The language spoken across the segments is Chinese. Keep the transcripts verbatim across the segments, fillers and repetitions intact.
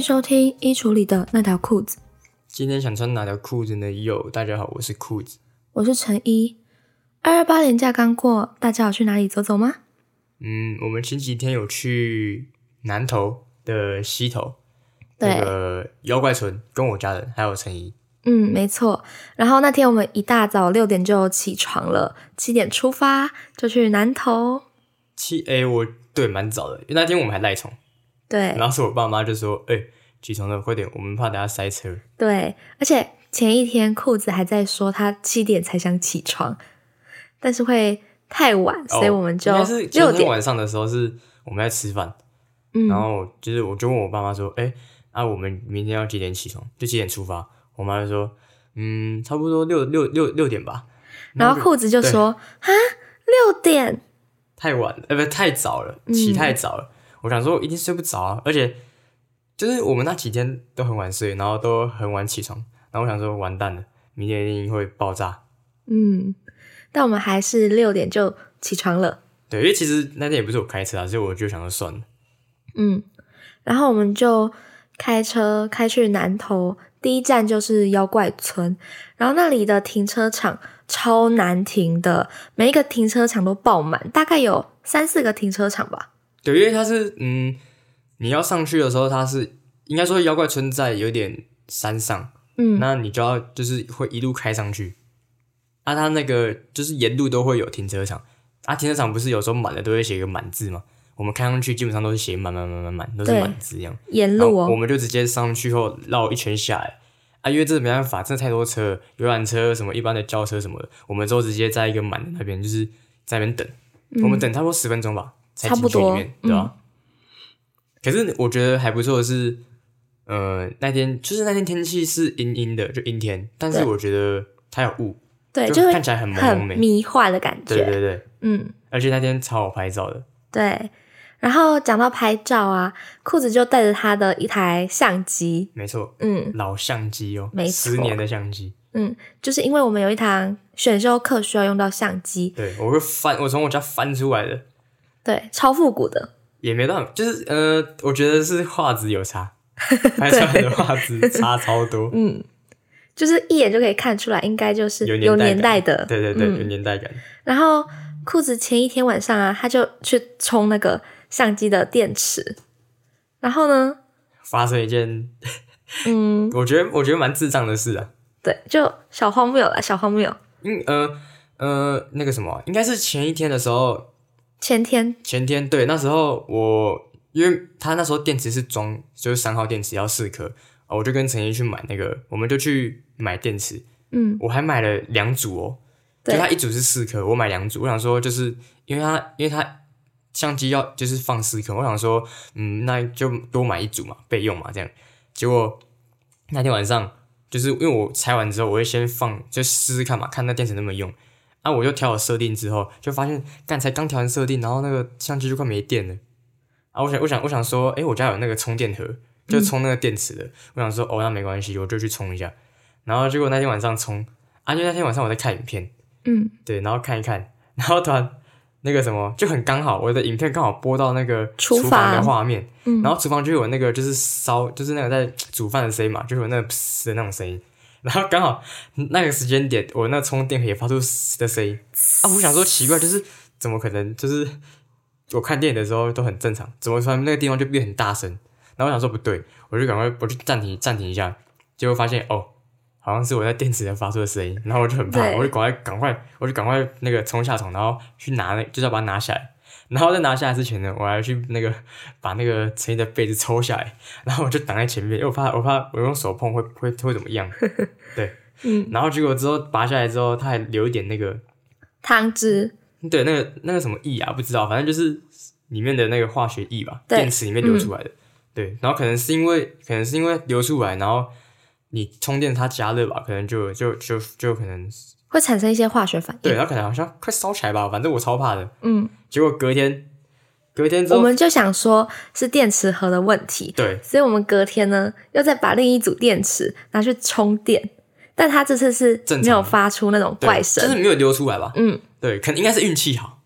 收听衣橱里的那条裤子。 今天想穿哪条裤子呢？有，大家好，我是裤子， 我是陈一。二二八连假刚过，大家有去哪里走走吗？ 嗯，我们前几天有去南投的溪头， 对， 那个妖怪村，跟我家人还有陈一。 嗯，没错。然后那天我们一大早六点就起床了，七点出发就去南投。 七 A 我对蛮早的，因为那天我们还赖床。 对， 然后是我爸妈就说：“哎、欸，起床了，快点，我们怕等下塞车。” 对，而且前一天裤子还在说他七点才想起床，但是会太晚，哦、所以我们就六点。应该是前天晚上的时候是我们在吃饭， 嗯， 然后就是我就问我爸妈说：“哎、欸，啊，我们明天要几点起床？就几点出发？”我妈就说：“嗯，差不多六六六六点吧。” 然后裤子就说：“哈，六点太晚了，呃，不，太早了，起太早了。嗯”我想说，我一定睡不着啊，而且就是我们那几天都很晚睡，然后都很晚起床，然后我想说，完蛋了，明天一定会爆炸。 嗯，但我们还是六点就起床了。 对，因为其实那天也不是我开车啊，所以我就想说算了。 嗯，然后我们就开车开去南投，第一站就是妖怪村，然后那里的停车场超难停的，每一个停车场都爆满，大概有三四个停车场吧。 对，因为它是嗯，你要上去的时候，它是应该说妖怪村在有点山上，嗯，那你就要就是会一路开上去，啊，它那个就是沿路都会有停车场，啊，停车场不是有时候满了都会写一个满字吗？我们开上去基本上都是写满满满满满，都是满字这样， 沿路哦， 我们就直接上去后绕一圈下来，啊，因为这没办法，真的太多车，游览车什么一般的轿车什么的，我们之后直接在一个满的那边，就是在那边等，嗯，我们等差不多十分钟吧。 差不多， 对吧？嗯、可是我觉得还不错的是，呃，那天就是那天天气是阴阴的，就阴天，但是我觉得它有雾， 对， 就看起来很朦胧美， 很迷幻的感觉。 对对对， 嗯， 而且那天超好拍照的。 对，然后讲到拍照啊，裤子就带着他的一台相机， 没错， 嗯， 老相机哦， 没错， 十年的相机。 嗯，就是因为我们有一堂选修课需要用到相机， 对，我会翻，我从我家翻出来的。 对，超复古的， 也没办法，就是呃，我觉得是画质有差，拍出来的画质差超多， 嗯，就是一眼就可以看出来，应该就是有年代的， 对对对，嗯、有年代感。 然后裤子前一天晚上啊，他就去充那个相机的电池，然后呢， 发生一件， 嗯， 我觉得我觉得蛮智障的事啊， 对，就小荒谬啦，小荒谬。 嗯呃呃，那个什么，应该是前一天的时候。 前天， 前天对，那时候我因为他那时候电池是装就是三号电池要四颗，我就跟陈怡去买那个，我们就去买电池，嗯，我还买了两组哦，就他一组是四颗，我买两组，我想说就是因为他因为他相机要就是放四颗，我想说嗯那就多买一组嘛，备用嘛这样，结果那天晚上就是因为我拆完之后，我会先放就试试看嘛，看那电池能不能用。啊！我就调好设定之后，就发现干才刚调完设定，然后那个相机就快没电了。啊！我想，我想，我想说，诶，我家有那个充电盒，就充那个电池的。嗯、我想说，哦，那没关系，我就去充一下。然后结果那天晚上充，啊，因为那天晚上我在看影片，嗯，对，然后看一看，然后突然那个什么就很刚好，我的影片刚好播到那个厨房的画面，嗯、然后厨房就有那个就是烧，就是那个在煮饭的声音嘛，就有那个噗的那种声音。然后刚好那个时间点，我那充电也发出嘶的声音啊！我想说奇怪，就是怎么可能？就是我看电影的时候都很正常，怎么突然那个地方就变很大声？然后我想说不对，我就赶快我就暂停暂停一下，结果发现哦，好像是我在电池上发出的声音，然后我就很怕，我就赶快赶快我就赶快那个冲下床，然后去拿那就是要把它拿下来。然后在拿下来之前呢，我还去那个把那个陈怡的被子抽下来，然后我就挡在前面，因为我怕我怕我用手碰会会会怎么样，对，嗯，然后结果之后拔下来之后，它还留一点那个汤汁， 对，那个那个什么液啊，不知道，反正就是里面的那个化学液吧，电池里面流出来的，嗯、对，然后可能是因为可能是因为流出来，然后你充电它加热吧，可能就就就就可能。 会产生一些化学反应， 对，然后可能好像快烧起来吧，反正我超怕的。嗯，结果隔天，隔天之后， 我们就想说是电池盒的问题， 对， 所以我们隔天呢又再把另一组电池拿去充电，但它这次是没有发出那种怪声， 就是没有流出来吧？嗯，对，可能应该是运气好，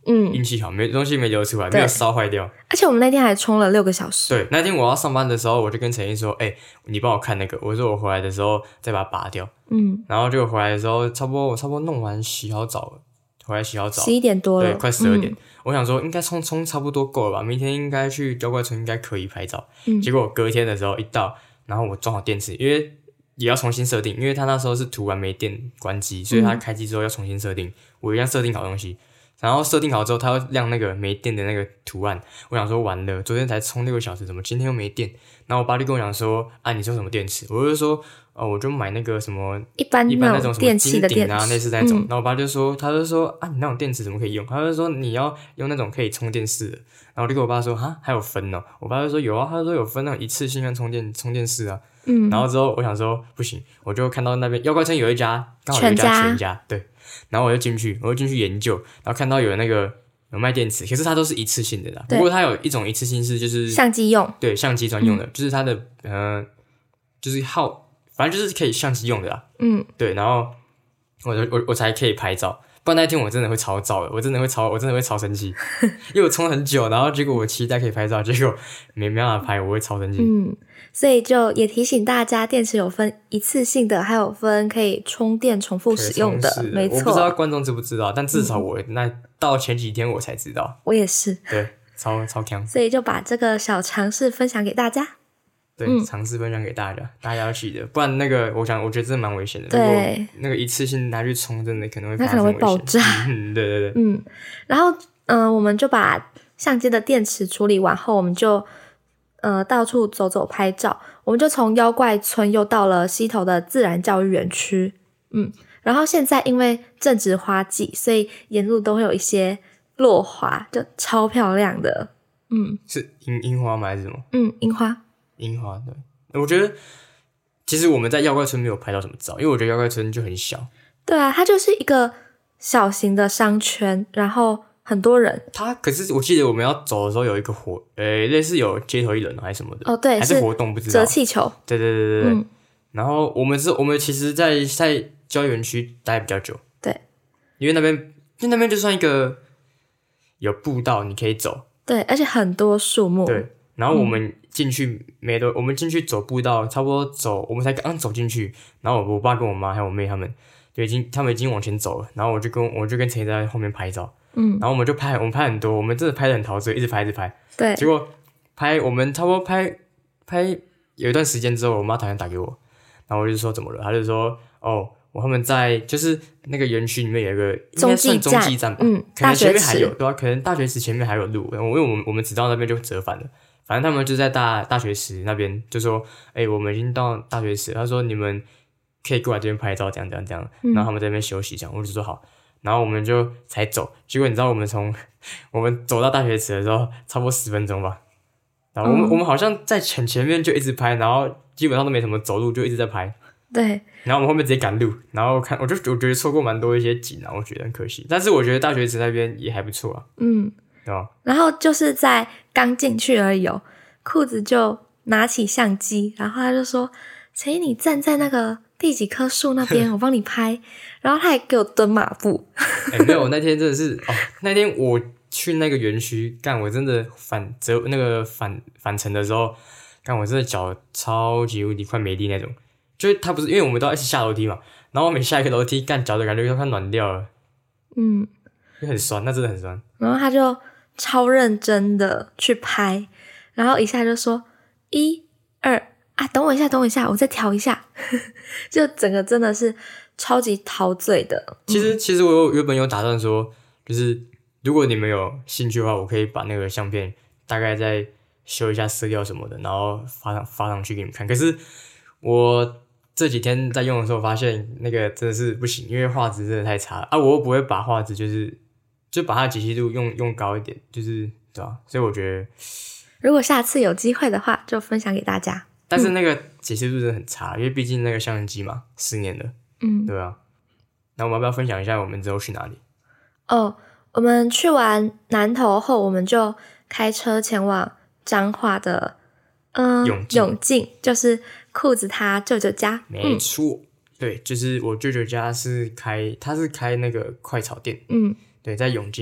嗯， 运气好，没东西没流出来，没有烧坏掉。 而且我们那天还冲了六个小时。 对，那天我要上班的时候，我就跟陈毅说：“哎、欸，你帮我看那个。”我说我回来的时候再把它拔掉。嗯，然后就回来的时候，差不多我差不多弄完洗好澡了，回来洗好澡， 十一点多了， 对，快十二点。嗯、我想说应该冲冲差不多够了吧，明天应该去妖怪村应该可以拍照。嗯，结果隔天的时候一到，然后我装好电池，因为也要重新设定，因为他那时候是涂完没电关机，所以他开机之后要重新设定。嗯、我一样设定好东西。然后设定好之后，它要亮那个没电的那个图案。我想说完了，昨天才充六个小时，怎么今天又没电？然后我爸就跟我讲说：“啊，你说什么电池？”我就说：“哦，我就买那个什么一般一般那种什么电器的金鼎啊，类似那种。嗯”然后我爸就说：“他就说啊，你那种电池怎么可以用？”他就说：“你要用那种可以充电式的。”然后我就跟我爸说：“哈，还有分哦。”我爸就说：“有啊。”他就说有分那种一次性跟充电充电式啊。嗯。然后之后我想说不行，我就看到那边妖怪村有一家，刚好有一家全家，对。然后我就进去，我就进去研究，然后看到有那个。有卖电池，可是它都是一次性的啦。不过它有一种一次性是就是相机用， 对，相机专用的，嗯、就是它的呃，就是耗，反正就是可以相机用的啦。嗯，对，然后我我我才可以拍照，不然那天我真的会超燥的，我真的会超，我真的会超生气，因为我充很久，然后结果我期待可以拍照，结果没没办法拍，我会超生气。 嗯，所以就也提醒大家，电池有分一次性的，还有分可以充电重复使用的，没错。 我不知道观众知不知道，但至少我、嗯、那到前几天我才知道。 我也是。 对，超超强。 所以就把这个小常识分享给大家。 对，尝试分享给大家，大家要记得，不然那个，我想，我觉得真的蛮危险的。 对， 那个一次性拿去充，真的可能会那可能会爆炸。 嗯，对对对。 嗯，然后，嗯、呃，我们就把相机的电池处理完后，我们就呃到处走走拍照。我们就从妖怪村又到了溪头的自然教育园区。嗯，然后现在因为正值花季，所以沿路都会有一些落花，就超漂亮的。嗯， 是樱樱花吗？还是什么？ 嗯，樱花。 樱花，对，我觉得其实我们在妖怪村没有拍到什么照，因为我觉得妖怪村就很小。 对啊，它就是一个小型的商圈，然后很多人。 它可是我记得我们要走的时候有一个活，呃，类似有街头艺人还是什么的。 哦，对， 还是活动不知道。 折气球。 对对对对对。嗯、然后我们是，我们其实在，在在郊园区待比较久。 对。 因为那边，因为那边就算一个有步道，你可以走。 对，而且很多树木。 对。然后我们进去没多，嗯、我们进去走步道，差不多走，我们才刚走进去，然后我爸跟我妈还有我妹他们就已经，他们已经往前走了，然后我就跟我就跟陈怡在后面拍照，嗯，然后我们就拍，我们拍很多，我们真的拍得很陶醉，一直拍一直拍， 对， 结果拍我们差不多拍拍有一段时间之后，我妈突然打给我，然后我就说怎么了，她就说哦。我他们在就是那个园区里面有一个应该算中继站吧， 嗯， 可能前面还有对啊，可能大学池前面还有路，因为我们我们只到那边就折返了。反正他们就在大大学池那边，就说：“哎、欸，我们已经到大学池。”他说：“你们可以过来这边拍照，这样这样这样。”然后他们在那边休息，这样我就说好。然后我们就才走，结果你知道我们从我们走到大学池的时候，差不多十分钟吧。然后我们、嗯、我们好像在前前面就一直拍，然后基本上都没什么走路，就一直在拍。 对。 然后我们后面直接赶路，然后看我就我觉得错过蛮多一些景啊，我觉得很可惜。但是我觉得大学池那边也还不错啊。嗯。哦、 然后就是在刚进去而已哦，裤子就拿起相机，然后他就说：“陈怡，你站在那个第几棵树那边，我帮你拍。”然后他还给我蹲马步。 哎、欸，没有，那天真的是哦，那天我去那个园区，干我真的反折那个反反程的时候，干我真的脚超级无敌快没力那种。就是他不是因为我们都要一起下楼梯嘛，然后我每下一个楼梯，干脚的感觉都快暖掉了。嗯，就很酸，那真的很酸。 然后他就超认真的去拍，然后一下就说一二啊，等我一下，等我一下，我再调一下，就整个真的是超级陶醉的。 其实，嗯、其实我有原本有打算说，就是如果你们有兴趣的话，我可以把那个相片大概再修一下色调什么的，然后发上发上去给你们看。可是我这几天在用的时候，发现那个真的是不行，因为画质真的太差了啊！我又不会把画质就是就把它的解析度用用高一点，就是对吧？所以我觉得， 如果下次有机会的话，就分享给大家。 但是那个解析度真的很差，嗯、因为毕竟那个相机嘛，十年了，嗯，对啊。那我们要不要分享一下我们之后去哪里？ 哦，我们去完南投后，我们就开车前往彰化的嗯永靖， 永靖就是裤子他舅舅家。 没错，嗯、对，就是我舅舅家是开，他是开那个快炒店，嗯，对，在永靖。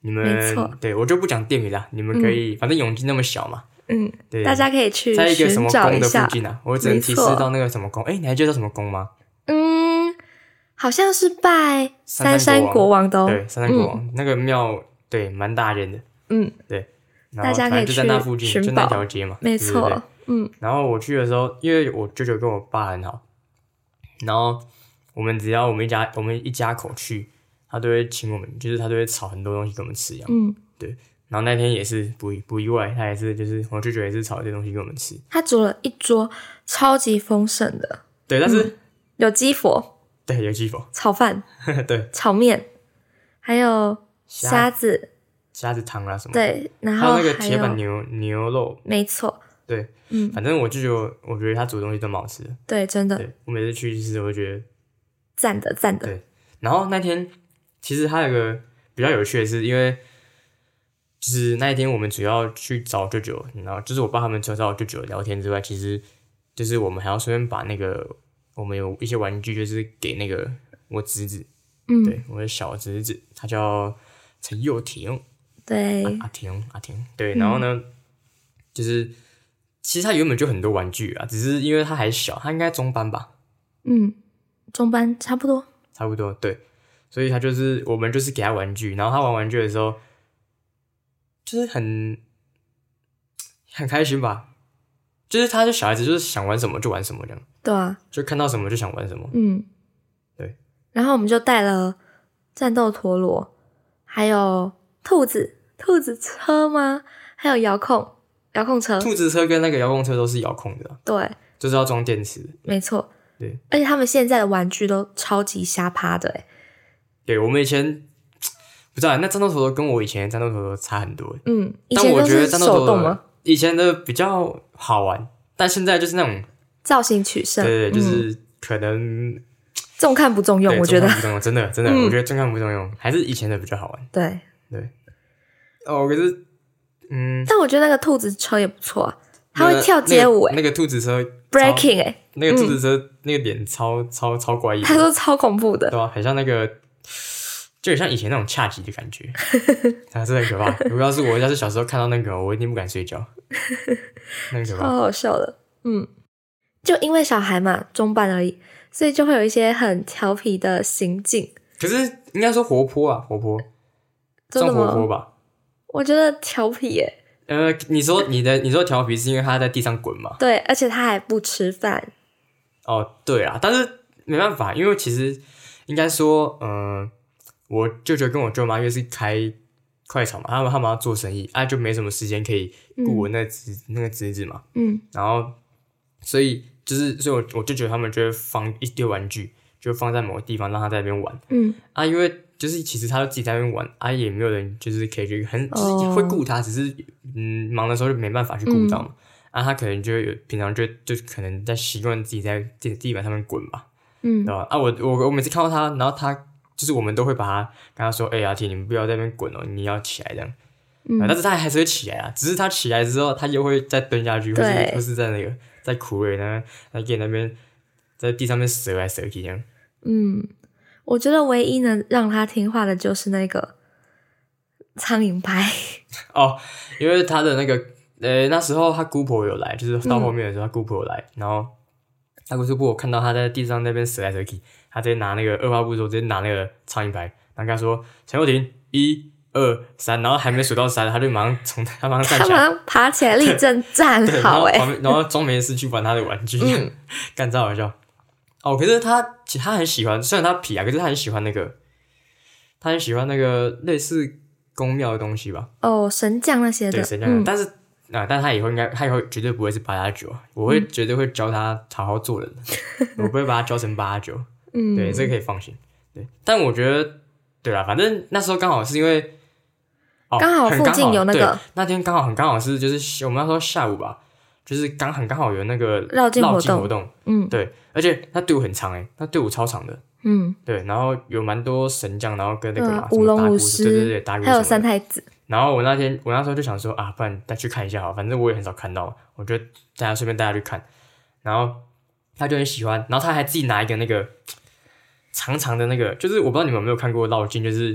你们对我就不讲店名啦，你们可以、嗯、反正永靖那么小嘛， 嗯，对，大家可以去在一个什么宫的附近啊，我只能提示到那个什么宫。哎，你还记得什么宫吗？ 嗯，好像是拜三山国王的哦。 对，三山国王、嗯、那个庙，对，蛮大间的。 嗯， 对，然后大家可以去就在那附近，就那条街嘛， 没错。 对对对嗯， 然后我去的时候，因为我舅舅跟我爸很好，然后我们只要我们一家我们一家口去，他都会请我们，就是他都会炒很多东西给我们吃一样。 嗯， 对。然后那天也是不不意外，他也是就是我舅舅也是炒一些东西给我们吃。 他煮了一桌超级丰盛的， 对，但是、 嗯、有鸡佛， 对，有鸡佛， 炒饭， 对， 炒面，还有虾子、 虾子汤啊什么， 对，然后还有那个铁板牛牛肉， 没错， 对， 嗯， 反正我舅舅我觉得他煮的东西都蛮好吃的， 对，真的， 对我每次去其实我就觉得赞的赞的， 对。然后那天其实还有一个比较有趣的是，因为就是那一天我们主要去找舅舅，然后就是我爸他们除了找舅舅聊天之外，其实就是我们还要顺便把那个我们有一些玩具，就是给那个我侄子， 嗯， 对，我的小侄子，他叫陈佑廷， 对， 阿廷阿廷，对，然后呢，嗯、就是其实他原本就很多玩具啊，只是因为他还小，他应该中班吧， 嗯，中班差不多， 差不多，对，所以他就是我们就是给他玩具，然后他玩玩具的时候。就是很很开心吧，就是他是小孩子，就是想玩什么就玩什么这样。 对啊， 就看到什么就想玩什么。 嗯， 对。 然后我们就带了战斗陀螺，还有兔子，兔子车吗？还有遥控遥控车。 兔子车跟那个遥控车都是遥控的、啊。 对， 就是要装电池。 没错。 对， 而且他们现在的玩具都超级瞎趴的诶。 对，我们以前。不知道，那战斗陀螺跟我以前的战斗陀螺差很多。 嗯， 但我觉得战斗陀螺以前的比较好玩，但现在就是那种造型取胜。 对对，就是可能重看不重用，我觉得重看不重用，真的真的，嗯、我觉得重看不重用，还是以前的比较好玩。 对对。哦，可是嗯， 但我觉得那个兔子车也不错啊，它会跳街舞诶、 那個。那个兔子车 breaking 诶、欸， 那个兔子车、嗯、那个脸超超超怪异， 他说超恐怖的， 对啊，很像那个。就很像以前那种恰吉的感觉，啊，真的很可怕。如果要是我要是小时候看到那个，我一定不敢睡觉，那很可怕， 超好笑的。嗯，就因为小孩嘛，中班而已，所以就会有一些很调皮的行径。 可是应该说活泼啊，活泼， 真的吗？ 活泼吧？ 我觉得调皮耶。 呃，你说你的你说调皮是因为他在地上滚嘛？ 对，而且他还不吃饭。 哦，对啊，但是没办法，因为其实应该说，嗯、呃。我舅舅跟我舅妈因为是开快炒嘛，他们他们要做生意啊，就没什么时间可以顾我那侄、嗯、那个侄子嘛。 嗯， 然后所以就是所以我我舅舅他们就会放一堆玩具，就放在某个地方让他在那边玩。 嗯啊，因为就是其实他自己在那边玩啊，也没有人就是可以去很就是会顾他，只是嗯忙的时候就没办法去顾到嘛。嗯、啊，他可能就有平常就就可能在习惯自己在地地板上面滚吧。 嗯， 对吧？啊，我我我每次看到他，然后他。就是我们都会把他跟他说：“哎、欸，阿婷，你们不要在那边滚哦，你要起来这样。嗯”但是他还是会起来啊，只是他起来之后，他又会再蹲下去，或是或是在那个在苦蕊呢，在给那边在地上面折来折去这样。 嗯，我觉得唯一能让他听话的就是那个苍蝇拍哦，因为他的那个呃那时候他姑婆有来，就是到后面的时候、嗯、他姑婆有来，然后他姑婆看到他在地上那边折来折去。他直接拿那个二话不说，直接拿那个苍蝇拍，然后跟他说：“陈佑廷，一二三。”然后还没数到三，他就马上从他马上站起来， 他马上爬起来，立正站好哎、 欸，然后装没事去玩他的玩具，嗯，干超好笑。哦，可是他其实他很喜欢，虽然他皮啊，可是他很喜欢那个，他很喜欢那个类似宫庙的东西吧？ 哦，神将那些的， 对神将、嗯，但是。啊！但他以后应该，他以后绝对不会是八加九，我会绝对会教他好好做人，嗯、我不会把他教成八加九。嗯，对，这个可以放心。对，但我觉得，对啦，反正那时候刚好是因为， 哦，刚好附近有那个， 那天刚好很刚好是就是我们那时候下午吧，就是刚很刚好有那个绕境活动， 活动，嗯，对，而且他队伍很长诶，他队伍超长的， 嗯， 对，然后有蛮多神将，然后跟那个嘛， 舞龙舞狮， 对对对，打鼓， 还有三太子。 然后我那天，我那时候就想说啊，不然再去看一下好，反正我也很少看到，我就大家顺便带他去看。然后他就很喜欢，然后他还自己拿一个那个长长的那个，就是我不知道你们有没有看过绕境，就是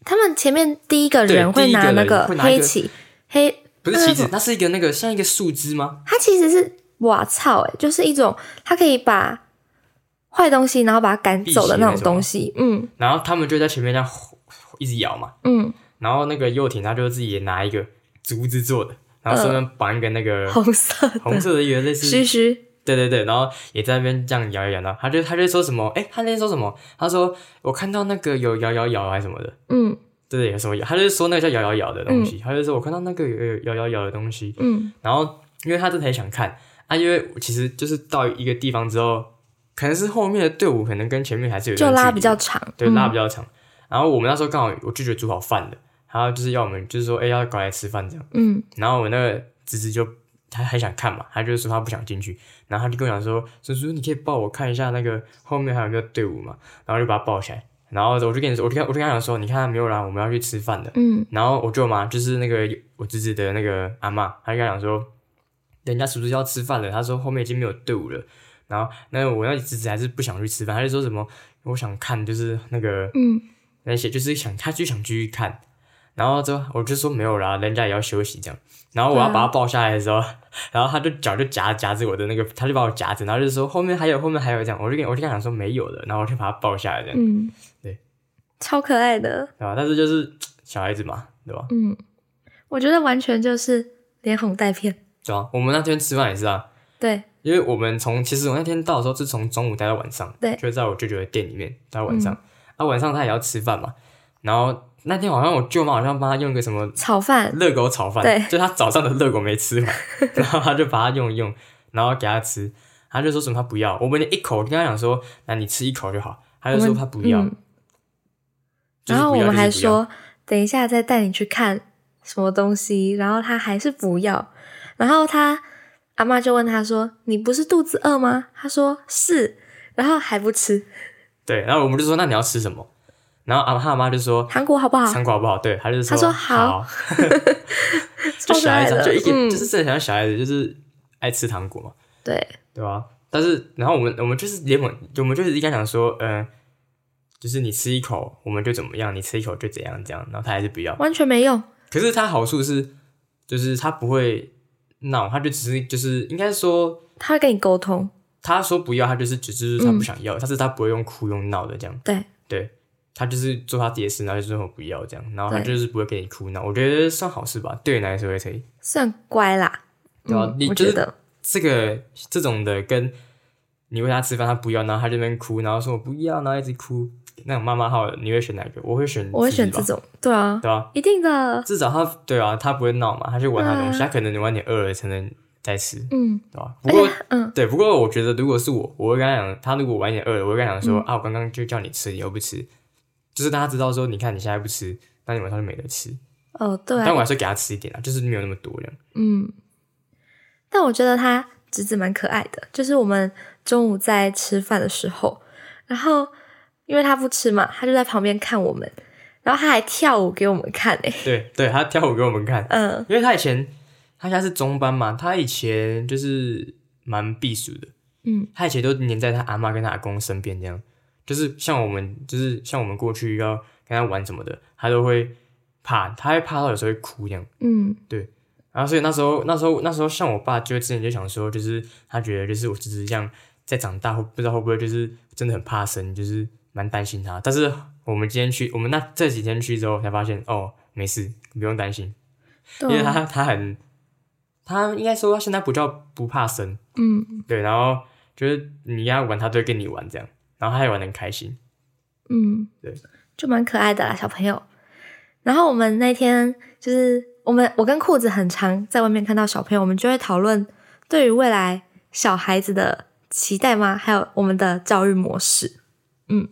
他们前面第一个人会拿那个黑旗，黑不是旗子，它是一个那个像一个树枝吗？ 它其实是瓦草，哎，就是一种它可以把坏东西，然后把它赶走的那种东西。嗯， 然后他们就在前面这样一直摇嘛。嗯，然后那个幼婷她就自己也拿一个竹子做的，然后上面绑一个那个、 呃、红色的红色的一个类似须须。 对对对，然后也在那边这样摇一摇，然后他就他就说什么，哎，他那天说什么？他说我看到那个有摇摇摇还是什么的，嗯，对对，有什么摇，他就说那个叫摇摇摇的东西，嗯、他就说我看到那个有摇摇摇的东西，嗯，然后因为他真的很想看啊，因为其实就是到一个地方之后，可能是后面的队伍可能跟前面还是有就拉比较长， 对，拉比较长。嗯、然后我们那时候刚好我舅舅煮好饭了，然后就是要我们就是说，哎，要赶来吃饭这样，嗯，然后我那个侄子就。他还想看嘛，他就说他不想进去，然后他就跟我讲说：“叔叔，你可以抱我看一下那个后面还有没有队伍嘛？”然后就把他抱起来，然后我就跟你说，我就跟我就跟他讲说：“你看没有啦，我们要去吃饭的。”嗯，然后我舅妈就是那个我侄子的那个阿嬷，他就跟他讲说：“人家叔叔要吃饭了。”他说后面已经没有队伍了，然后那我那侄子还是不想去吃饭，他就说什么我想看就是那个嗯那些就是想他就想继续看。然后就我就说没有啦，人家也要休息这样。然后我要把他抱下来的时候，啊、然后他就脚就夹夹着我的那个，他就把我夹着，然后就说后面还有后面还有这样，我就跟我就跟他讲说没有的，然后我就把他抱下来这样。嗯，对， 超可爱的， 对吧？但是就是小孩子嘛，对吧？ 嗯，我觉得完全就是连哄带骗。 对啊，我们那天吃饭也是啊。 对， 因为我们从其实我那天到的时候是从中午待到晚上，对，就在我舅舅的店里面待到晚上。嗯、啊，晚上他也要吃饭嘛，然后。那天好像我舅妈好像帮他用一个什么炒饭， 热狗炒饭，对，就他早上的热狗没吃完，然后他就把它用一用，然后给他吃，他就说什么他不要，我们连一口跟他讲说，那你吃一口就好，他就说他不要，嗯、 然后我们还说等一下再带你去看什么东西，然后他还是不要，然后他阿嬷就问他说，你不是肚子饿吗？他说是，然后还不吃， 对，然后我们就说那你要吃什么？然后阿他妈就说糖果好不好？ 糖果好不好？对，他就说他说好， 就小孩子就一点、嗯、就是真的像小孩子，就是爱吃糖果嘛。 对， 对吧？但是然后我们我们就是连我我们就是应该讲说，嗯、呃，就是你吃一口我们就怎么样，你吃一口就怎样这样，然后他还是不要， 完全没用。 可是他好处是，就是他不会闹，他就只是就是应该说他会跟你沟通。 他说不要，他就是只是他不想要，嗯、但是他不会用哭用闹的这样。 对对。他就是做他自己的事，然后就说我不要这样，然后他就是不会给你哭闹，我觉得算好事吧，对你来说也可以算乖啦， 对吧、 嗯？ 你就是这个这种的，跟你喂他吃饭他不要，然后他这边哭，然后说我不要，然后一直哭，那种妈妈号你会选哪个？我会选， 我会选这种，对啊， 对啊， 一定的， 至少他对啊，他不会闹嘛，他去玩他的东西，啊、他可能你晚点饿了才能再吃，嗯，对吧？不过，嗯，对，不过我觉得如果是我，我会跟他讲，他如果晚点饿了，我会跟他讲说、嗯、啊，我刚刚就叫你吃，你又不吃。就是大家知道说，你看你现在不吃，那你晚上就没得吃。 哦，对、啊。 但我还是给他吃一点啦，就是没有那么多这样。 嗯。但我觉得他侄子蛮可爱的，就是我们中午在吃饭的时候，然后因为他不吃嘛，他就在旁边看我们，然后他还跳舞给我们看诶、欸。 对对，他跳舞给我们看。嗯。因为他以前他现在是中班嘛，他以前就是蛮避暑的。嗯。他以前都黏在他阿嬷跟他阿公身边这样。就是像我们，就是像我们过去要跟他玩什么的，他都会怕，他会怕到有时候会哭这样。嗯，对。然后所以那时候，那时候，那时候，像我爸就之前就想说，就是他觉得就是我侄子这样再长大，不知道会不会就是真的很怕生，就是蛮担心他。但是我们今天去，我们那这几天去之后才发现，哦，没事，不用担心，因为他他很，他应该说他现在不叫不怕生。嗯，对。然后就是你跟他玩，他都会跟你玩这样。然后他也玩得很开心， 嗯， 对， 就蛮可爱的啦，小朋友。然后我们那天就是我们我跟裤子很常在外面看到小朋友，我们就会讨论对于未来小孩子的期待吗？还有我们的教育模式。嗯，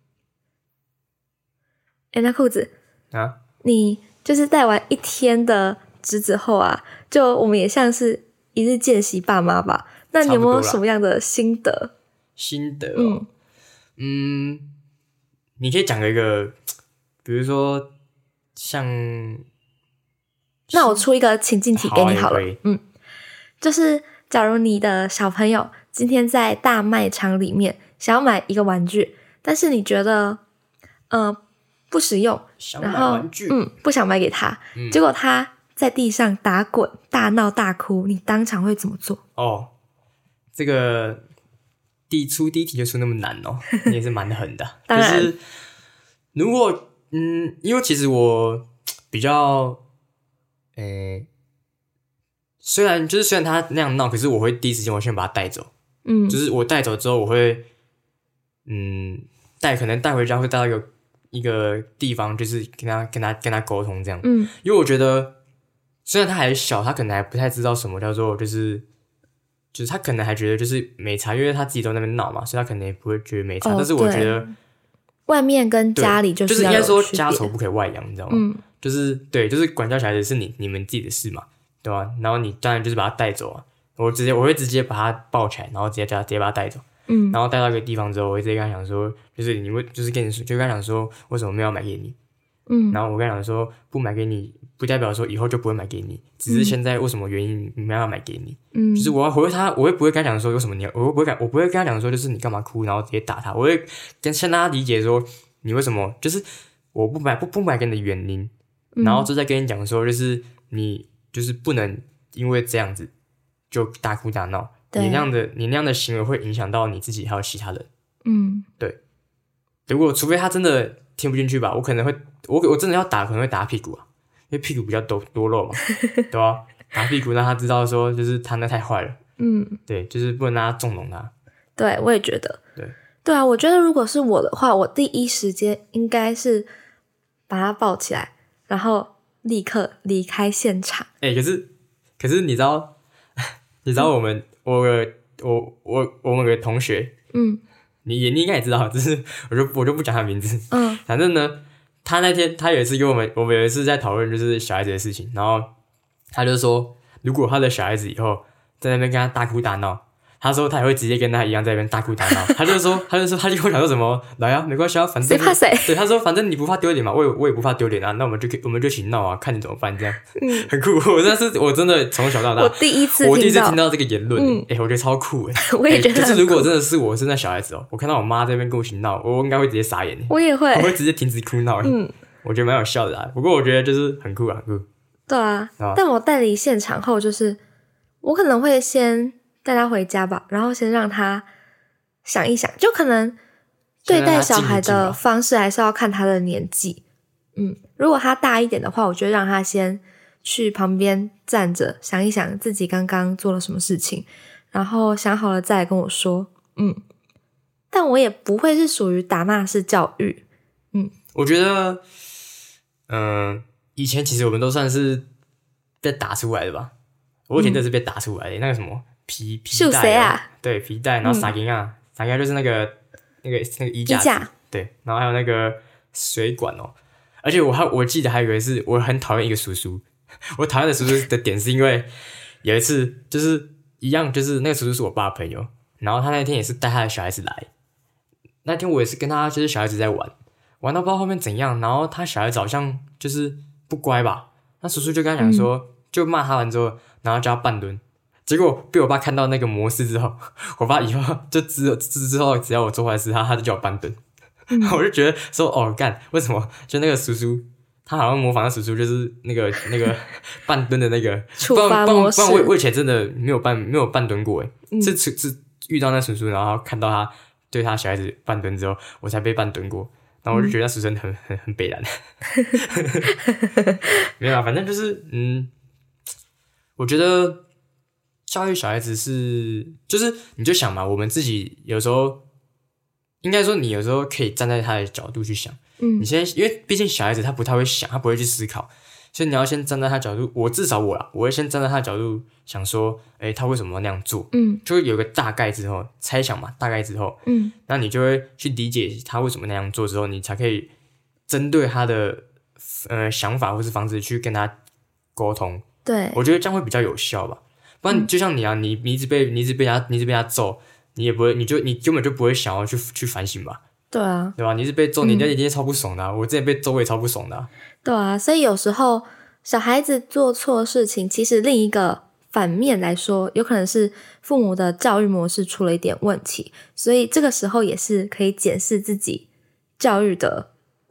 诶，那裤子啊， 你就是带完一天的侄子后啊，就我们也像是一日见习爸妈吧？那你有没有什么样的心得？ 心得哦。嗯嗯，你可以讲一个，比如说像， 那我出一个情境题给你好了。好嗯，就是假如你的小朋友今天在大卖场里面想要买一个玩具，但是你觉得，呃， 不实用， 想买玩具， 嗯，不想买给他、嗯、结果他在地上打滚大闹大哭，你当场会怎么做？ 哦，这个第出第一题就出那么难哦，你也是蛮狠的。 当然， 就是如果嗯，因为其实我比较，诶，虽然就是虽然他那样闹，可是我会第一时间我先把他带走。嗯，就是我带走之后，我会嗯带可能带回家，会带到一个一个地方，就是跟他跟他跟他沟通这样。嗯，因为我觉得虽然他还小，他可能还不太知道什么叫做就是就是他可能还觉得就是没差，因为他自己都在那边闹嘛，所以他可能也不会觉得没差。哦、但是我觉得。 外面跟家里就是要有区别，就是应该说家丑不可以外扬，你知道吗？嗯，就是对，就是管教小孩子是你你们自己的事嘛，对吧？然后你当然就是把他带走啊，我直接我会直接把他抱起来，然后直接叫他直接把他带走，嗯，然后带到一个地方之后，我会直接跟他讲说，就是你会就是跟你说，就跟他讲说为什么没有买给你，嗯，然后我跟他讲说不买给你，不代表说以后就不会买给你，只是现在为什么原因没办法买给你，嗯，就是我我会他我会不会跟他讲说有什么你我会不会我不会跟他讲说就是你干嘛哭，然后直接打他，我会跟先让他理解说。你为什么就是我不买不不买给你的原因，然后就再跟你讲说，就是你就是不能因为这样子就大哭大闹，你那样的你那样的行为会影响到你自己还有其他人。嗯，对。如果除非他真的听不进去吧，我可能会我我真的要打，可能会打屁股啊，因为屁股比较多多肉嘛，对吧？打屁股让他知道说，就是他那太坏了。嗯，对，就是不能让他纵容他。 对，我也觉得。 对。 对啊，我觉得如果是我的话，我第一时间应该是把他抱起来，然后立刻离开现场。 哎、欸，可是可是你知道，你知道我们、嗯、我我我我们有个同学，嗯，你也你应该也知道，就是我就我就不讲他名字，嗯，反正呢，他那天他有一次跟我们，我们有一次在讨论就是小孩子的事情，然后他就说，如果他的小孩子以后在那边跟他大哭大闹。他说他也会直接跟他一样在那边大哭大闹，他就说他就说他就会想说什么来啊，没关系啊，反正谁怕谁？ 对，他说反正你不怕丢脸嘛，我也我也不怕丢脸啊，那我们就我们就一起闹啊，看你怎么办这样，嗯，很酷。我真的是我真的从小到大， 我第一次听到我第一次听到这个言论，哎、嗯欸，我觉得超酷哎， 我也觉得、 欸，就是如果真的是我是那小孩子哦，我看到我妈在那边跟我一起闹，我应该会直接傻眼， 我也会， 我会直接停止哭闹，嗯，我觉得蛮有效的啊。不过我觉得就是很酷啊，很酷。 对啊，啊但我带离现场后，就是我可能会先。带他回家吧，然后先让他想一想，就可能对待小孩的方式还是要看他的年纪。嗯，如果他大一点的话，我就让他先去旁边站着想一想自己刚刚做了什么事情，然后想好了再来跟我说。嗯，但我也不会是属于打骂式教育。嗯， 我觉得，嗯、呃，以前其实我们都算是被打出来的吧。我以前真是被打出来的，嗯、那个什么。皮皮带啊， 对皮带，然后撒金啊，撒金、嗯、就是那个那个那个衣架子，对，然后还有那个水管哦，而且我还我记得还有一个是我很讨厌一个叔叔，我讨厌的叔叔的点是因为有一次就是一样，就是那个叔叔是我爸的朋友，然后他那天也是带他的小孩子来，那天我也是跟他就是小孩子在玩，玩到不知道后面怎样，然后他小孩子好像就是不乖吧，那叔叔就跟他讲说，嗯、就骂他完之后，然后叫他半蹲。结果被我爸看到那个模式之后，我爸以后就之之之后只要我做坏事，他他就叫我半蹲，嗯、我就觉得说哦干，为什么就那个叔叔他好像模仿的叔叔就是那个那个半蹲的那个处罚模式， 不然我我以前真的没有半没有半蹲过诶，嗯、是是遇到那叔叔，然后看到他对他小孩子半蹲之后，我才被半蹲过，然后我就觉得那叔叔很很很北蓝，没有啦，反正就是嗯，我觉得。教育小孩子是，就是你就想嘛，我们自己有时候，应该说你有时候可以站在他的角度去想，嗯，你现在因为毕竟小孩子他不太会想，他不会去思考，所以你要先站在他角度，我至少我啦，我会先站在他的角度想说，诶，他为什么要那样做？嗯，就会有个大概之后猜想嘛，大概之后，嗯，那你就会去理解他为什么那样做之后，你才可以针对他的呃想法或是方式去跟他沟通。 对， 我觉得这样会比较有效吧。不然就像你啊，你你一直被你一直被他你一直被他揍，你也不会，你就你根本就不会想要去去反省吧？ 对啊， 对吧？你一直被揍，你一定超不爽的、啊嗯。我之前被揍我也超不爽的、啊。 对啊，所以有时候小孩子做错事情，其实另一个反面来说，有可能是父母的教育模式出了一点问题，所以这个时候也是可以检视自己教育的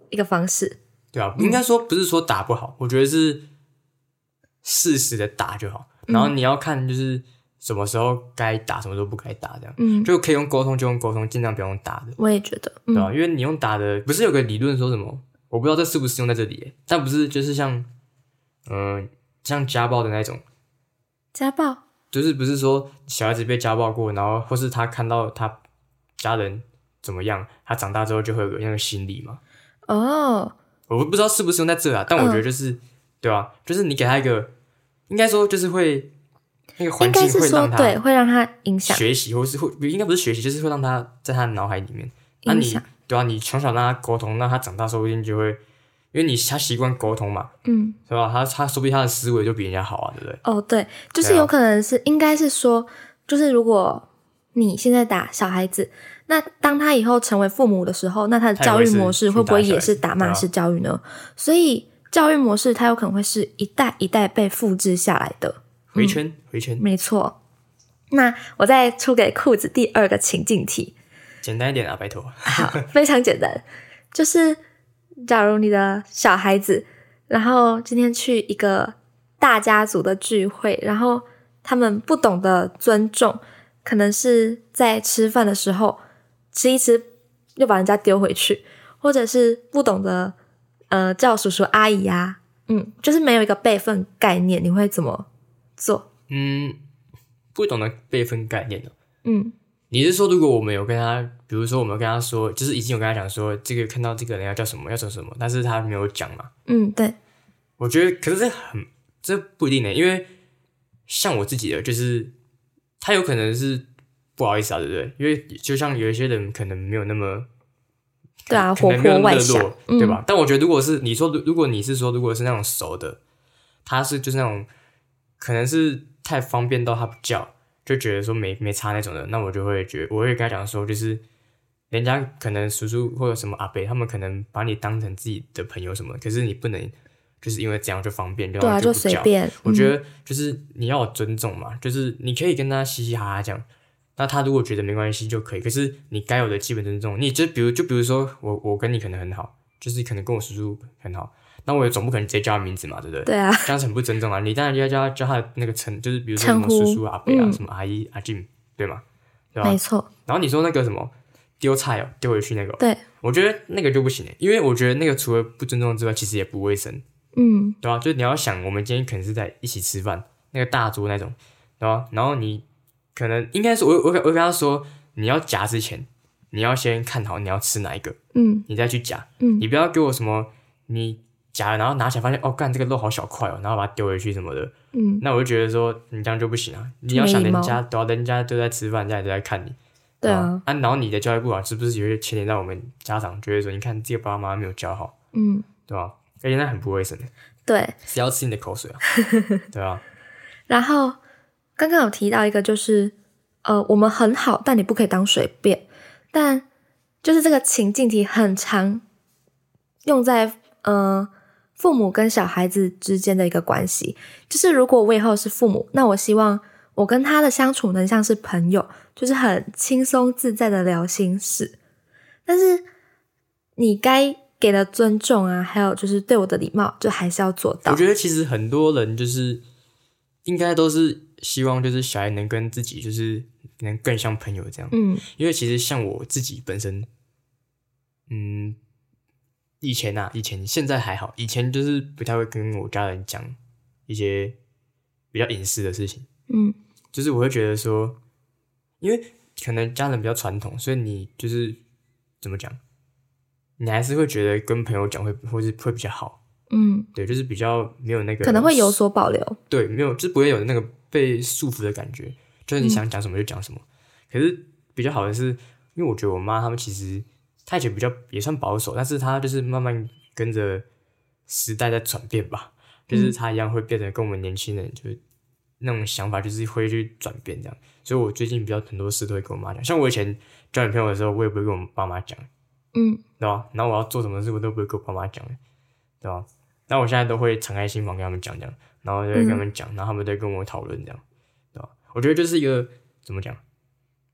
一个方式。 对啊，应该说不是说打不好，嗯、我觉得是适时的打就好。然后你要看就是什么时候该打，什么时候不该打，这样，嗯，就可以用沟通就用沟通，尽量不用打的。 我也觉得，嗯、 对啊，因为你用打的，不是有个理论说什么？我不知道这是不是用在这里，但不是就是像，嗯、呃，像家暴的那种。 家暴就是不是说小孩子被家暴过，然后或是他看到他家人怎么样，他长大之后就会有那个心理嘛。 哦， 我不知道是不是用在这啊，但我觉得就是、嗯、对吧、啊？就是你给他一个，应该说就是会那个环境会让他对，会让他影响学习，或是会应该不是学习，就是会让他在他的脑海里面影响。啊、对啊，你从小让他沟通，那他长大说不定就会。因为你他习惯沟通嘛，嗯，是吧？他他说不定他的思维就比人家好啊，对不对？ 哦，对，就是有可能是，应该是说，就是如果你现在打小孩子，那当他以后成为父母的时候，那他的教育模式会不会也是打骂式教育呢？所以教育模式它有可能会是一代一代被复制下来的， 回圈、嗯、回圈， 没错。那我再出给裤子第二个情境题， 简单一点啊，拜托。 好，非常简单，就是。假如你的小孩子，然后今天去一个大家族的聚会，然后他们不懂得尊重，可能是在吃饭的时候吃一吃又把人家丢回去，或者是不懂得呃叫叔叔阿姨啊，嗯，就是没有一个辈分概念，你会怎么做？ 嗯，不懂得辈分概念哦。 嗯。 你是说，如果我们有跟他，比如说我们有跟他说，就是已经有跟他讲说，这个看到这个人要叫什么，要叫什么，但是他没有讲嘛？ 嗯，对。 我觉得，可是这很，这不一定的，因为像我自己的，就是他有可能是不好意思啊，对不对？因为就像有一些人可能没有那么， 对啊，活泼外向， 对吧？嗯、但我觉得，如果是你说，如果你是说，如果是那种熟的，他是就是那种，可能是太方便到他不叫。就觉得说没没差那种的，那我就会觉得，我会跟他讲说，就是人家可能叔叔或者什么阿伯，他们可能把你当成自己的朋友什么，可是你不能就是因为这样就方便， 对啊， 就不叫。就随便。 我觉得就是你要有尊重嘛，嗯、就是你可以跟他嘻嘻哈哈讲，那他如果觉得没关系就可以，可是你该有的基本尊重，你就比如就比如说我我跟你可能很好，就是可能跟我叔叔很好。那我也总不可能直接叫他名字嘛，对不对？ 对啊， 这样很不尊重啊！你当然要叫他叫他的那个称，就是比如说什么叔叔阿伯啊，嗯、什么阿姨阿静，对吗？对吧？ 没错。 然后你说那个什么丢菜哦，丢回去那个， 对， 我觉得那个就不行，因为我觉得那个除了不尊重之外，其实也不卫生。 嗯， 对吧？就是你要想，我们今天可能是在一起吃饭，那个大桌那种，对吧？然后你可能应该是我我我跟他说，你要夹之前，你要先看好你要吃哪一个，嗯，你再去夹，嗯，你不要给我什么你。夹了，然后拿起来发现哦，干这个肉好小块哦，然后把它丢回去什么的，嗯，那我就觉得说你这样就不行啊！你要想人家，对啊，人家都在吃饭，人家也都在看你， 对啊， 啊，然后你的教育不好，是不是有些牵连到我们家长觉得说，你看这个爸妈没有教好，嗯，对吧？而且那很不卫生， 对， 谁要吃你的口水啊？对啊。 然后刚刚有提到一个，就是呃，我们很好，但你不可以当随便，但就是这个情境题很常用在呃。父母跟小孩子之间的一个关系，就是如果我以后是父母，那我希望我跟他的相处能像是朋友，就是很轻松自在的聊心事。但是你该给的尊重啊，还有就是对我的礼貌，就还是要做到。 我觉得其实很多人就是应该都是希望就是小孩能跟自己就是能更像朋友这样。嗯，因为其实像我自己本身，嗯。以前啊，以前现在还好，以前就是不太会跟我家人讲一些比较隐私的事情。嗯，就是我会觉得说，因为可能家人比较传统，所以你就是怎么讲，你还是会觉得跟朋友讲会或是会比较好。嗯，对，就是比较没有那个可能会有所保留。 对，没有，就是不会有那个被束缚的感觉，就是你想讲什么就讲什么。嗯、可是比较好的是，因为我觉得我妈他们其实。他以前比较也算保守，但是他就是慢慢跟着时代在转变吧，就是他一样会变得跟我们年轻人就是那种想法，就是会去转变这样。所以我最近比较很多事都会跟我妈讲，像我以前交女朋友的时候，我也不会跟我爸妈讲，嗯，对吧？然后我要做什么事，我都不会跟我爸妈讲，对吧？然后我现在都会敞开心房跟他们讲讲，然后就会跟他们讲，然后他们都跟我讨论这样，对吧？我觉得就是一个怎么讲，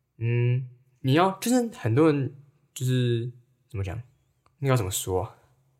嗯，你要就是很多人。就是怎么讲？那要怎么说、啊？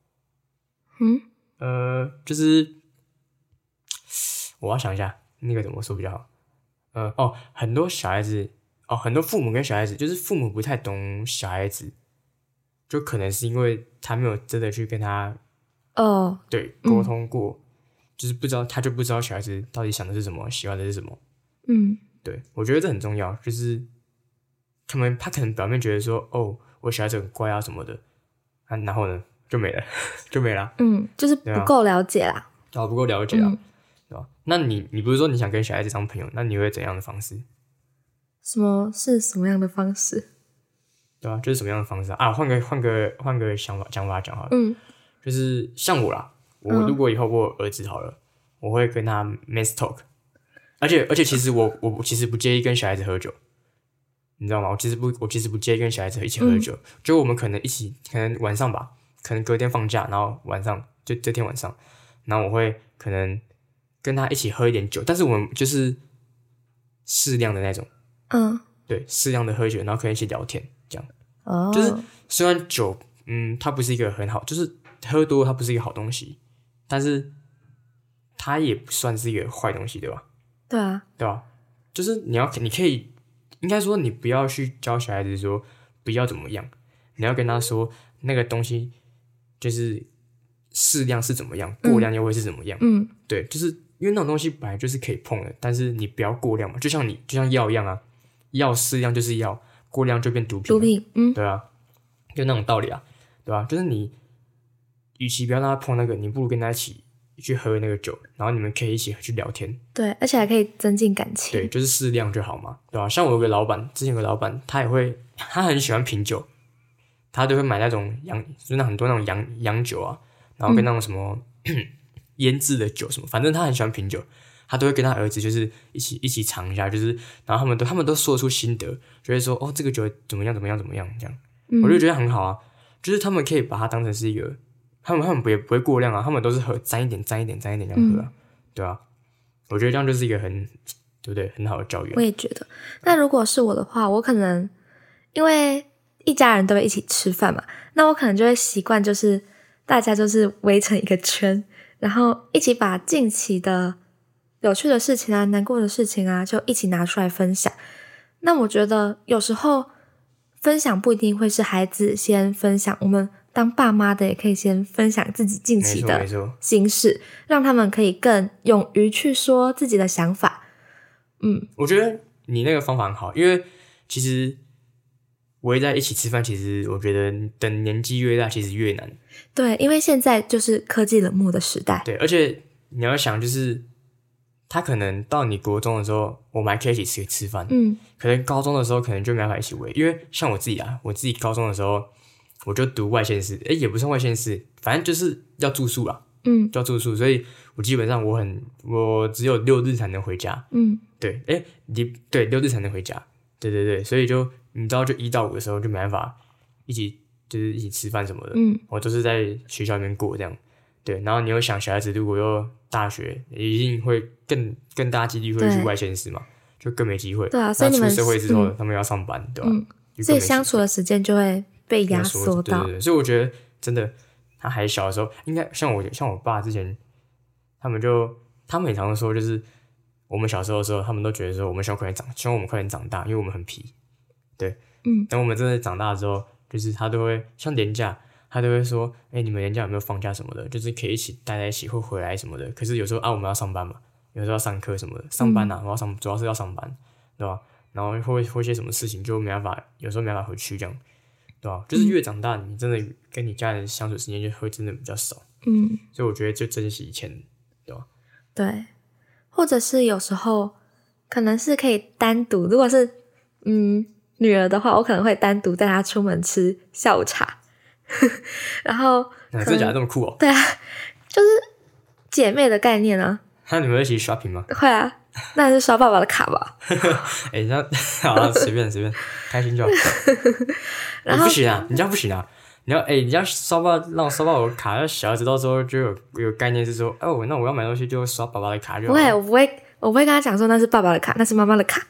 嗯， 呃，就是我要想一下那个怎么说比较好。呃，哦，很多小孩子，哦，很多父母跟小孩子，就是父母不太懂小孩子，就可能是因为他没有真的去跟他哦， 对沟通过，嗯、就是不知道他就不知道小孩子到底想的是什么，喜欢的是什么。 嗯， 对，我觉得这很重要，就是他们他可能表面觉得说，哦，我小孩子很乖啊什么的，啊，然后呢就没了，就没了。 嗯，就是不够了解啦， 对啊，不够了解啊，嗯、对吧？那你你不是说你想跟小孩子当朋友，那你会怎样的方式？ 什么是什么样的方式？ 对啊，就是什么样的方式啊？啊换个换个换个想法讲法讲好了， 嗯， 就是像我啦，我如果以后我有儿子好了，嗯、我会跟他 mess talk， 而且而且其实我我其实不介意跟小孩子喝酒，你知道吗？我其实不我其实不介意跟小孩子一起喝酒，嗯、就我们可能一起，可能晚上吧，可能隔天放假，然后晚上就这天晚上，然后我会可能跟他一起喝一点酒，但是我们就是适量的那种， 嗯， 对，适量的喝酒，然后可以一起聊天。 哦， 就是虽然酒，嗯，它不是一个很好，就是喝多它不是一个好东西，但是它也不算是一个坏东西，对吧？ 对啊， 对吧？就是你要，你可以，应该说你不要去教小孩子说不要怎么样，你要跟他说那个东西就是适量是怎么样，过量又会是怎么样。 嗯， 对，就是因为那种东西本来就是可以碰的，但是你不要过量嘛，就像你就像药一样啊，药适量就是药。过量就变毒品， 毒品，嗯， 对啊，就那种道理啊，对吧、啊？就是你，与其不要让他碰那个，你不如跟他一起去喝那个酒，然后你们可以一起去聊天， 对，而且还可以增进感情， 对，就是适量就好嘛，对吧、啊？像我有个老板，之前有个老板，他也会，他很喜欢品酒，他就会买那种洋，就是那很多那种洋洋酒啊，然后跟那种什么腌制、嗯、的酒什么，反正他很喜欢品酒。他都会跟他儿子就是一起一起尝一下，就是然后他们都他们都说出心得，就会说哦这个酒怎么样怎么样怎么样这样，嗯、我就觉得很好啊，就是他们可以把它当成是一个，他们他们不也不会过量啊，他们都是喝沾一点沾一点沾一点这样喝啊，嗯、对啊，我觉得这样就是一个很对不对很好的教育、啊。 我也觉得，那如果是我的话，我可能因为一家人都会一起吃饭嘛，那我可能就会习惯就是大家就是围成一个圈，然后一起把近期的有趣的事情啊，难过的事情啊，就一起拿出来分享。那我觉得有时候分享不一定会是孩子先分享，我们当爸妈的也可以先分享自己近期的心事，让他们可以更勇于去说自己的想法。嗯， 我觉得你那个方法很好，因为其实围在一起吃饭，其实我觉得等年纪越大，其实越难。 对，因为现在就是科技冷漠的时代。 对，而且你要想就是他可能到你国中的时候，我们还可以一起吃吃饭。嗯，可能高中的时候可能就没办法一起围，因为像我自己啊，我自己高中的时候我就读外县市，诶也不算外县市，反正就是要住宿啦。嗯，就要住宿，所以我基本上我很我只有六日才能回家。嗯，对，诶你对六日才能回家，对对对，所以就你知道，就一到五的时候就没办法一起就是一起吃饭什么的。嗯，我都是在学校里面过这样。对，然后你又想小孩子如果又大学，一定会更更大几率会去外县市嘛，就更没机会。 对啊，所以你们出社会之后，嗯、他们要上班，对吧、啊？ 嗯、所以相处的时间就会被压缩到。 对对对，所以我觉得真的，他还小的时候，应该像我像我爸之前，他们就他们也常说，就是我们小时候的时候，他们都觉得说我们希望快点长，希望我们快点长大，因为我们很皮。对，嗯，等我们真的长大之后，就是他都会像年假。他都会说，哎、欸，你们年假有没有放假什么的？就是可以一起待在一起，会回来什么的。可是有时候啊，我们要上班嘛，有时候要上课什么的，上班啊，我要上，主要是要上班，对吧？然后会会一些什么事情就没办法，有时候没办法回去这样，对吧？就是越长大，你真的跟你家人相处时间就会真的比较少，嗯，所以我觉得就珍惜以前，对吧？ 对，或者是有时候可能是可以单独，如果是嗯女儿的话，我可能会单独带她出门吃下午茶。然后真的假的这么酷哦？ 对啊，就是姐妹的概念啊。 那你们一起 shopping 吗？ 会啊，那还是刷爸爸的卡吧。 哎、欸，那好，随便随便，开心就好。然后、欸、不行啊，你这样不行啊！你要哎、欸，你要刷爸让我刷爸爸的卡，让小孩子到时候就有有概念是说，哦，那我要买东西就刷爸爸的卡就好。 不会，我不会，我不会跟他讲说那是爸爸的卡，那是妈妈的卡。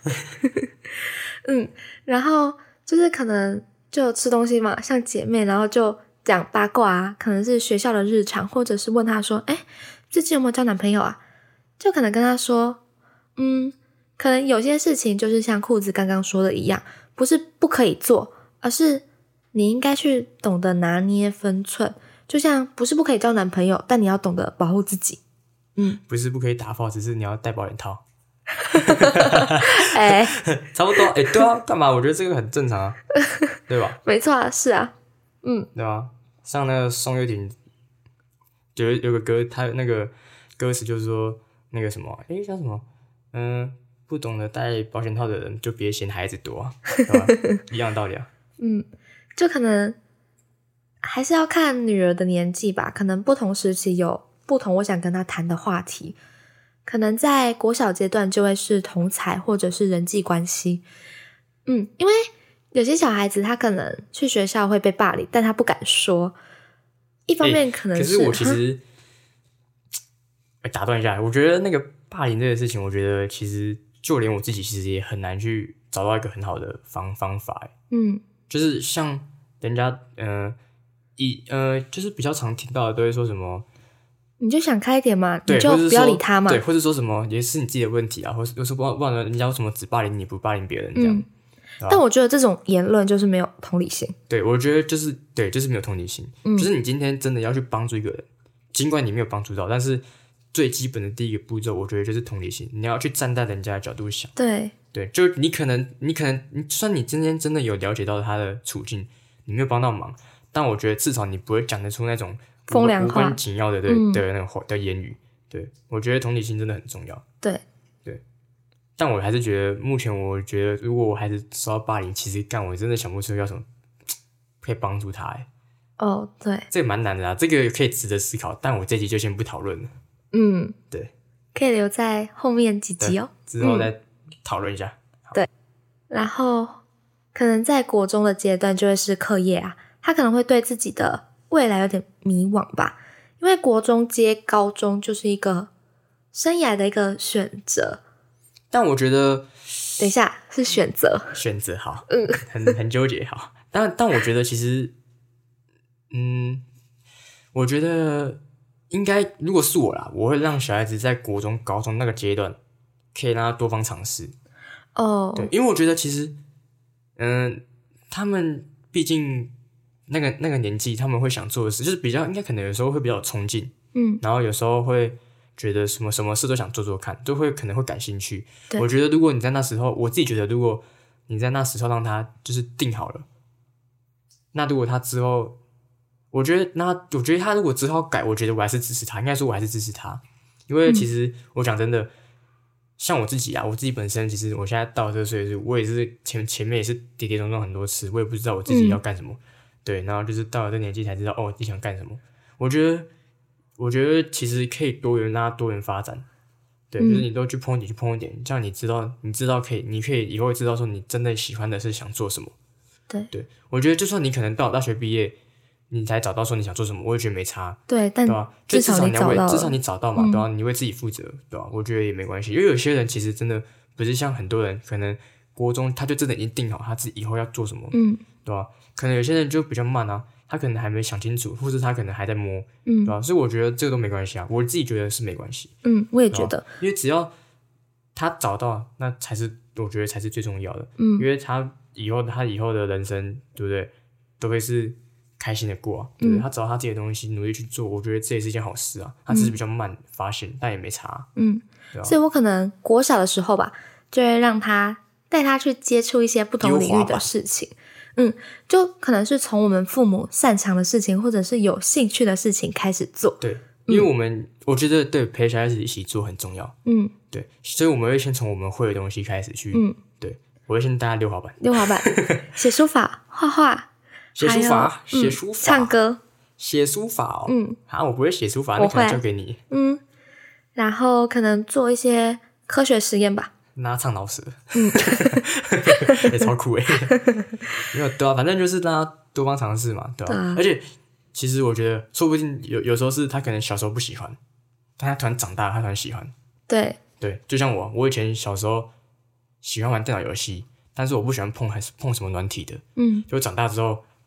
嗯，然后就是可能。就吃东西嘛，像姐妹，然后就讲八卦啊，可能是学校的日常，或者是问他说诶最近有没有交男朋友啊，就可能跟他说嗯，可能有些事情就是像裤子刚刚说的一样，不是不可以做，而是你应该去懂得拿捏分寸，就像不是不可以交男朋友，但你要懂得保护自己。嗯， 不是不可以打炮，只是你要戴保险套。 哎、 差不多。哎、对啊，干嘛？我觉得这个很正常啊，对吧？ 没错啊，是啊，嗯， 对吧？像那个宋岳庭，有有个歌，他那个歌词就是说那个什么，哎，叫什么？嗯，不懂得戴保险套的人就别嫌孩子多、啊，对吧？一样的道理啊。 嗯，就可能还是要看女儿的年纪吧，可能不同时期有不同我想跟她谈的话题，可能在国小阶段就会是同侪或者是人际关系。嗯，因为有些小孩子他可能去学校会被霸凌，但他不敢说，一方面可能是、 欸、可是我其实打断一下，我觉得那个霸凌这个事情，我觉得其实就连我自己其实也很难去找到一个很好的方方法。 嗯， 就是像人家呃以呃就是比较常听到的都会说什么， 你就想开一点嘛， 对， 你就不要理他嘛， 对，或者说什么也是你自己的问题啊，或者说不忘了人家为什么只霸凌你不霸凌别人这样。嗯， 但我觉得这种言论就是没有同理心。 对，我觉得就是对，就是没有同理心。嗯，就是你今天真的要去帮助一个人，尽管你没有帮助到，但是最基本的第一个步骤，我觉得就是同理心。你要去站在人家的角度想。 对对，就你可能，你可能，就算你今天真的有了解到他的处境，你没有帮到忙，但我觉得至少你不会讲得出那种风凉话、 无关紧要的对、嗯、的那种话的言语。对，我觉得同理心真的很重要。 对。 但我还是觉得，目前我觉得，如果我还是受到霸凌，其实干我真的想不出要什么可以帮助他。哎， 哦，对， 这个蛮难的啊，这个可以值得思考，但我这集就先不讨论了。 嗯， 对， 可以留在后面几集哦， 之后再讨论一下、 嗯。对，然后可能在国中的阶段就会是课业啊，他可能会对自己的未来有点迷惘吧，因为国中接高中就是一个生涯的一个选择。 但我觉得， 等一下是选择， 选择好， 嗯， 很很纠结好。但但我觉得其实，嗯，我觉得应该，如果是我啦，我会让小孩子在国中、高中那个阶段，可以让他多方尝试。 哦， 对，因为我觉得其实，嗯、呃，他们毕竟那个那个年纪，他们会想做的事，就是比较应该可能有时候会比较有冲劲， 嗯， 然后有时候会。觉得什么什么事都想做做看，都会可能会感兴趣。我觉得如果你在那时候，我自己觉得，如果你在那时候让他就是定好了，那如果他之后，我觉得那我觉得他如果之后改，我觉得我还是支持他。应该说我还是支持他，因为其实我讲真的，嗯、像我自己啊，我自己本身其实我现在到这个岁数，我也是前前面也是跌跌撞撞很多次，我也不知道我自己要干什么。嗯、对，然后就是到了这年纪才知道哦，你想干什么。我觉得。我觉得其实可以多元，让它多元发展。对，嗯、就是你都去碰一点，去碰一点，这样你知道，你知道可以，你可以以后会知道说你真的喜欢的是想做什么。 对， 对，我觉得就算你可能到大学毕业，你才找到说你想做什么，我也觉得没差。 对，但对吧？至少你要为，至少你找到嘛，嗯、对吧？你为自己负责，对吧？我觉得也没关系，因为有些人其实真的不是像很多人，可能国中他就真的已经定好他自己以后要做什么， 嗯， 对吧？可能有些人就比较慢啊。他可能还没想清楚，或者他可能还在摸， 嗯， 对吧？所以我觉得这个都没关系啊，我自己觉得是没关系。 嗯，我也觉得， 因为只要他找到，那才是我觉得才是最重要的。 嗯， 因为他以后他以后的人生，对不对？都会是开心的过、啊，对不对？嗯、他找到他自己的东西，努力去做，我觉得这也是一件好事啊。他只是比较慢发现，嗯、但也没差。 嗯，对吧？所以我可能国小的时候吧，就会讓他帶他去接觸一些不同領域的事情。嗯，就可能是從我們父母擅長的事情，或者是有興趣的事情開始做。 對，因為我們、嗯、我覺得對陪小孩子一起做很重要。嗯，對，所以我們會先從我們會的東西開始去。嗯，對，我會先帶他溜滑板， 溜滑板，寫書法，畫畫， 寫書法，寫書法， 唱歌， 寫書法哦。 嗯， 啊，我不會寫書法，那可能交給你。 嗯，然後可能做一些科學實驗吧。 那唱老舌，嗯，也超酷哎，沒有對啊，反正就是讓他多方嘗試嘛，對吧、啊？啊、而且其實我覺得，說不定有有時候是他可能小時候不喜歡，但他突然長大，他突然喜歡。 對對，就像我，我以前小時候喜歡玩電腦遊戲，但是我不喜歡碰還是碰什麼軟體的，嗯，就長大之後，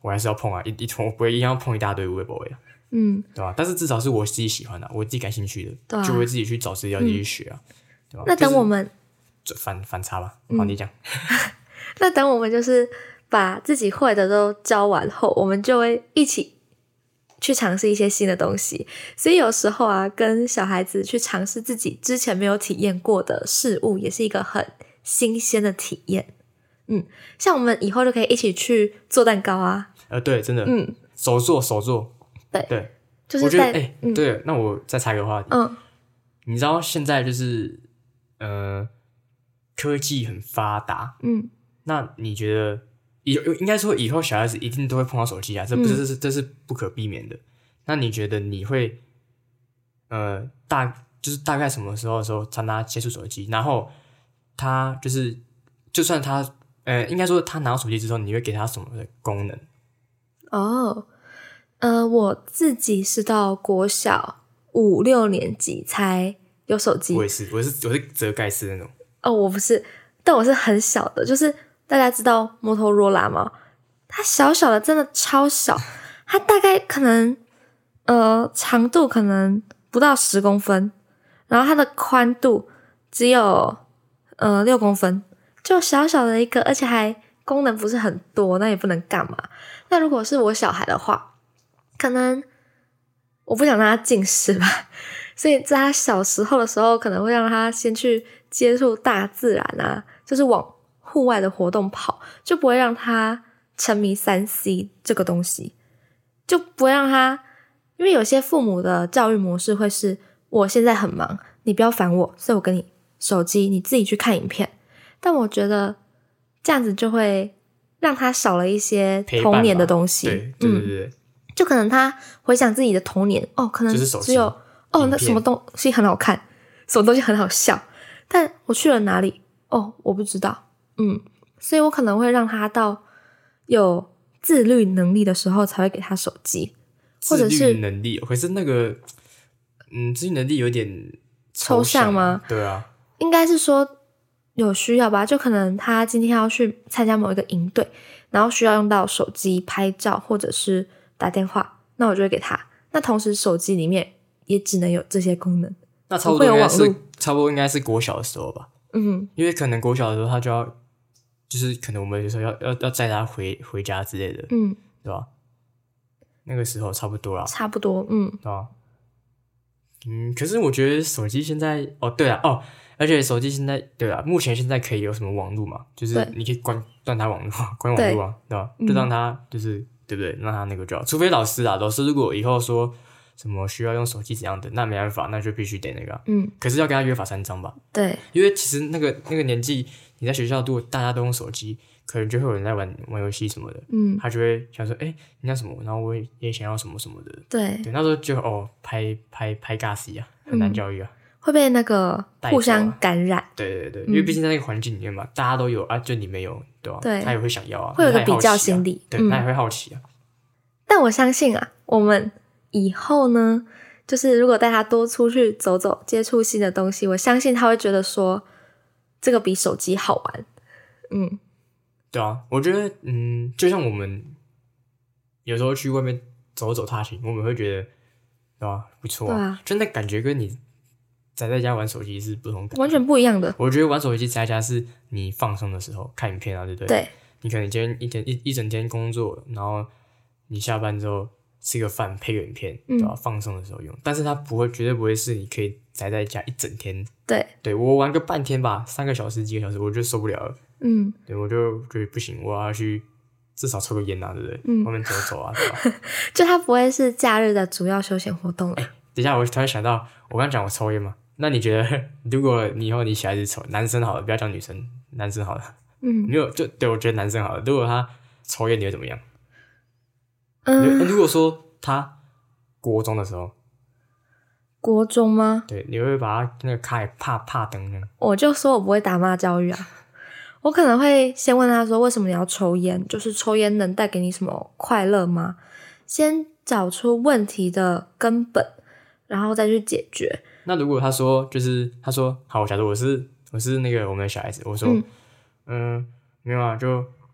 我还是要碰啊，一一我不会一定要碰一大堆微博呀，嗯，对吧？但是至少是我自己喜欢的，我自己感兴趣的，对、啊、就会自己去找资料，自己去学啊，嗯、对吧？ 那等我们、 就是、反反差吧，好，嗯、你讲。 那等我们就是把自己会的都教完后，我们就会一起去尝试一些新的东西。所以有时候啊，跟小孩子去尝试自己之前没有体验过的事物，也是一个很新鲜的体验。嗯，像我们以后就可以一起去做蛋糕啊。 呃，对，真的，嗯，手做手做， 对对， 就是在我觉得，哎、欸嗯，对，那我再插个话题，嗯，你知道现在就是呃，科技很发达，嗯，那你觉得以应该说以后小孩子一定都会碰到手机啊，这不是、嗯、这是这是不可避免的。那你觉得你会呃大就是大概什么时候的时候让他接触手机，然后他就是就算他呃应该说他拿到手机之后，你会给他什么的功能？ 哦，呃，我自己是到国小五六年级才有手机。 我也是，我是我是折盖式那种。 哦，我不是，但我是很小的，就是大家知道摩托罗拉吗？它小小的，真的超小，它大概可能呃长度可能不到十公分，然后它的宽度只有呃六公分，就小小的一个，而且还功能不是很多，那也不能干嘛。那如果是我小孩的话，可能我不想让他近视吧，所以在他小时候的时候，可能会让他先去接触大自然啊，就是往户外的活动跑，就不会让他沉迷 三 C 这个东西，就不会让他，因为有些父母的教育模式会是我现在很忙，你不要烦我，所以我给你手机，你自己去看影片。但我觉得这样子就会让他少了一些童年的东西。 对对对对、嗯， 就可能他回想自己的童年，哦，可能只有、就是、哦，那什么东西很好看，什么东西很好笑，但我去了哪里？哦，我不知道。嗯，所以我可能会让他到有自律能力的时候才会给他手机，或者是自律能力。可是那个，嗯，自律能力有点抽象吗？ 对啊， 应该是说有需要吧，就可能他今天要去参加某一个营队，然后需要用到手机拍照或者是打电话，那我就会给他。那同时手机里面也只能有这些功能。 那差不多应该是差不多应该是国小的时候吧。嗯，因为可能国小的时候他就要，就是可能我们有时候要要要载他回回家之类的，嗯，对吧？那个时候差不多啦， 差不多，嗯， 对吧？嗯，可是我觉得手机现在，哦，对啊，哦，而且手机现在，对啊，目前现在可以有什么网路嘛？就是你可以关断他网路，关网路啊， 对, 对吧？就让他就是、嗯、对不对？让他那个就好，除非老师啊，老师如果以后说什么需要用手机怎样的，那没办法，那就必须得那个、啊，嗯，可是要跟他约法三章吧？ 对， 因为其实那个那个年纪，你在学校如果大家都用手机，可能就会有人在玩玩游戏什么的，嗯，他就会想说，哎，人家什么，然后我也想要什么什么的， 对， 对，那时候就哦，拍拍拍尬戏啊，很难教育啊，嗯、 会被那个互相感染， 对对对，嗯、因为毕竟在那个环境里面嘛，大家都有啊，就你没有，对吧、啊？ 对， 他也会想要啊， 会有个比较心理， 对，他也会好奇啊。 但我相信啊，我们以后呢，就是如果带他多出去走走，接触新的东西，我相信他会觉得说，这个比手机好玩。嗯， 对啊，我觉得，嗯，就像我们有时候去外面走走踏青，我们会觉得，对吧，不错啊，啊就那感觉跟你宅在家玩手机是不同感觉， 完全不一样的。 我觉得玩手机宅在家是你放松的时候看影片啊，对不对？ 对， 你可能今天一天一一整天工作，然后你下班之后吃个饭配个影片，嗯、对吧？放松的时候用，但是它不会，绝对不会是你可以宅在家一整天。 对， 对我玩个半天吧，三个小时、几个小时，我就受不了了。嗯，对，我就觉得不行，我要去至少抽个烟啊，对不对？嗯，外面走走啊，对吧？ 就它不会是假日的主要休闲活动了。 哎，等一下，我突然想到，我刚讲我抽烟嘛，那你觉得，如果你以后你小孩子抽，男生好了，不要讲女生，男生好了，嗯，没有，就对我觉得男生好了，如果他抽烟，你会怎么样？嗯，如果说他国中的时候， 国中吗？ 对，你会把他那个开怕怕灯呢？ 我就说我不会打骂教育啊，我可能会先问他说，为什么你要抽烟？就是抽烟能带给你什么快乐吗？先找出问题的根本，然后再去解决。 那如果他说，就是他说，好，假如我是我是那个我们的小孩子，我说，嗯、呃，没有啊，就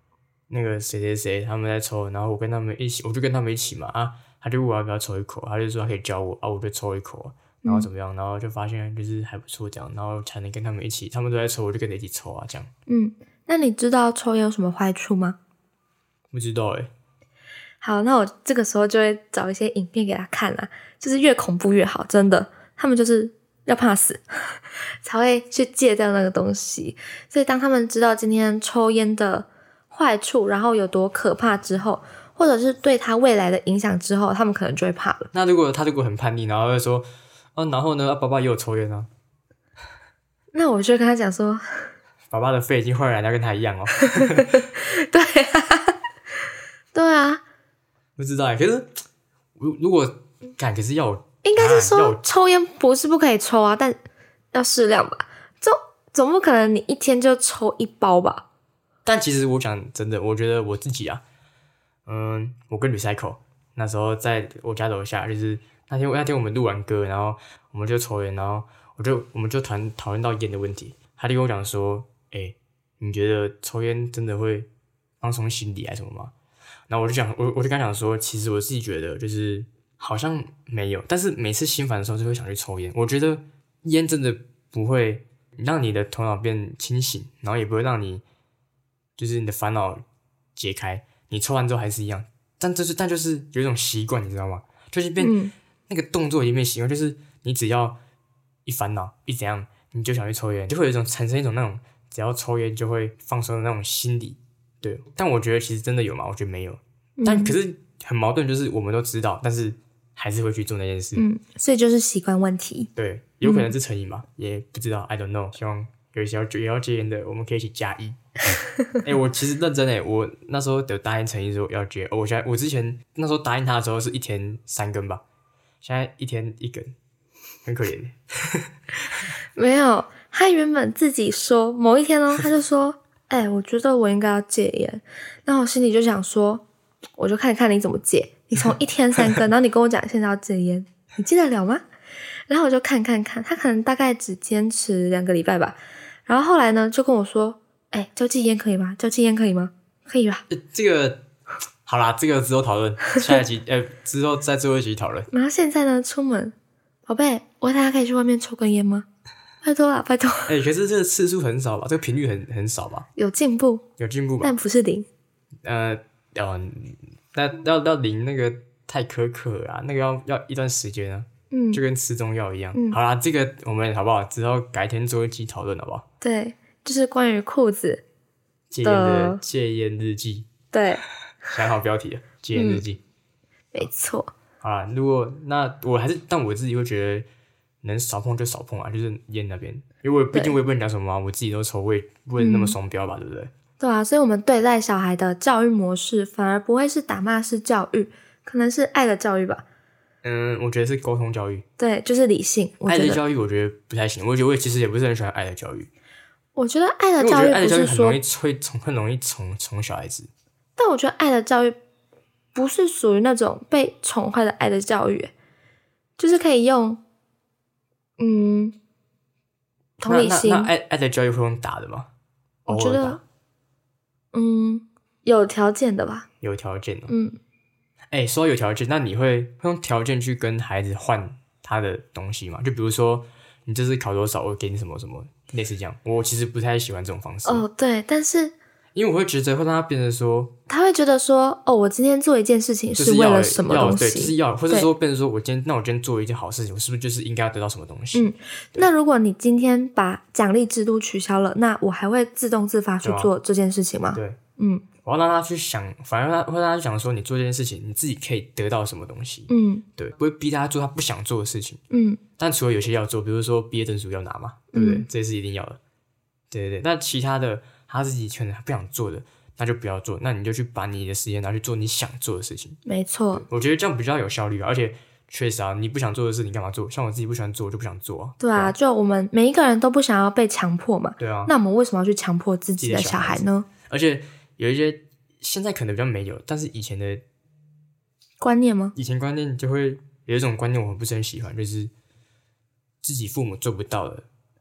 那个谁谁谁他们在抽，然后我跟他们一起，我就跟他们一起嘛啊，他就问我要不要抽一口，他就说他可以教我啊，我就抽一口，然后怎么样，嗯、然后就发现就是还不错这样，然后才能跟他们一起，他们都在抽，我就跟着一起抽啊这样。 嗯，那你知道抽烟有什么坏处吗？ 不知道诶、欸。 好，那我这个时候就会找一些影片给他看啦，就是越恐怖越好，真的，他们就是要怕死才会去戒掉那个东西。所以当他们知道今天抽烟的坏处，然后有多可怕之后，或者是对他未来的影响之后，他们可能就会怕了。 那如果他如果很叛逆，然后会说哦，然后呢，啊、爸爸也有抽烟啊， 那我就跟他讲说， 爸爸的肺已经坏了，要跟他一样哦。 对啊，对啊， 不知道欸，可是如如果敢，可是要我应该是说、 啊、 抽烟不是不可以抽啊，但要适量吧。总总不可能你一天就抽一包吧？ 但其实我讲真的，我觉得我自己啊，嗯，我跟 Recycle 那时候在我家楼下，就是那天那天我们录完歌，然后我们就抽烟，然后我就我们就谈讨论到烟的问题，他就跟我讲说，哎、欸，你觉得抽烟真的会放松心理还是什么吗？然后我就讲，我我就跟他讲说，其实我自己觉得就是好像没有，但是每次心烦的时候就会想去抽烟。我觉得烟真的不会让你的头脑变清醒，然后也不会让你就是你的烦恼解开。你抽完之后还是一样，但就是但就是有一种习惯，你知道吗？就是变、嗯、那个动作已经变习惯，就是你只要一烦恼一怎样，你就想去抽烟，就会有一种产生一种那种只要抽烟就会放松的那种心理。对，但我觉得其实真的有吗？我觉得没有。但可是很矛盾，就是我们都知道，但是还是会去做那件事。 嗯，所以就是习惯问题。 对，有可能是成瘾嘛、嗯，也不知道 ，I don't know。希望有一些要也要戒烟的，我们可以一起加一。哎、欸，我其实认真哎，我那时候有答应陈毅说要戒、哦，我现在我之前那时候答应他的时候是一天三根吧，现在一天一根，很可怜。 没有，他原本自己说某一天哦，他就说。哎、欸，我觉得我应该要戒烟，然后我心里就想说，我就看看你怎么戒。你从一天三根，然后你跟我讲现在要戒烟，你戒得了吗？然后我就看看看，他可能大概只坚持两个礼拜吧。然后后来呢，就跟我说，哎、欸，交戒烟可以吗？交戒烟可以吗？可以吧？ 呃、这个好啦，这个之后讨论，下一集呃之后再最后一集讨论。 然后现在呢，出门，宝贝，我大家可以去外面抽根烟吗？拜托啦，拜托！ 哎、欸，可是这个次数很少吧？这个频率很很少吧？ 有进步， 有进步吧？ 但不是零。 呃，哦，那要要零那个太苛刻啊，那个要要一段时间啊，嗯，就跟吃中药一样。嗯、好啦，这个我们好不好？之后改天做一期讨论好不好？ 对，就是关于裤子戒烟的戒烟日记。 对， 想好标题了，戒烟日记。 嗯、没错。 好啦，如果那我还是，但我自己会觉得。能少碰就少碰啊，就是烟那边，因为我毕竟我也不能讲什么嘛，我自己都抽，我也不会那么双标吧、嗯，对不对？ 对啊，所以我们对待小孩的教育模式反而不会是打骂式教育，可能是爱的教育吧。 嗯，我觉得是沟通教育。 对，就是理性。 爱的教育我觉得不太行，我觉得我其实也不是很喜欢爱的教育。 我觉得爱的教育不是说很容易会宠，很容易宠宠小孩子。 但我觉得爱的教育不是属于那种被宠坏的爱的教育，就是可以用。嗯，同理心。 那那那爱爱的教育会用打的吗？ 我觉得，嗯，有条件的吧。 有条件的、哦。 嗯。 哎、欸，说有条件，那你会会用条件去跟孩子换他的东西吗？就比如说，你这次考多少，我给你什么什么，类似这样。我其实不太喜欢这种方式。 哦，对，但是。 因为我会觉得会让他变成说， 他会觉得说，哦，我今天做一件事情是为了什么东西？ 对，就是要，或者说变成说我今天，那我今天做一件好事情，我是不是就是应该要得到什么东西？ 嗯，那如果你今天把奖励制度取消了，那我还会自动自发去做这件事情吗？ 对， 嗯， 我要让他去想，反而会让他去想说，你做这件事情，你自己可以得到什么东西？ 嗯， 对，不会逼他做他不想做的事情。 嗯， 但除了有些要做，比如说毕业证书要拿嘛，对不对？嗯、这是一定要的。对对对，那其他的他自己可能不想做的。那就不要做，那你就去把你的时间拿去做你想做的事情。 没错， 我觉得这样比较有效率啊，而且确实啊，你不想做的事你干嘛做？像我自己不喜欢做，我就不想做啊。 对啊，对啊，就我们每一个人都不想要被强迫嘛。 对啊， 那我们为什么要去强迫自己的小孩呢？ 而且有一些现在可能比较没有，但是以前的观念吗？ 以前观念就会有一种观念，我不是很喜欢，就是自己父母做不到的，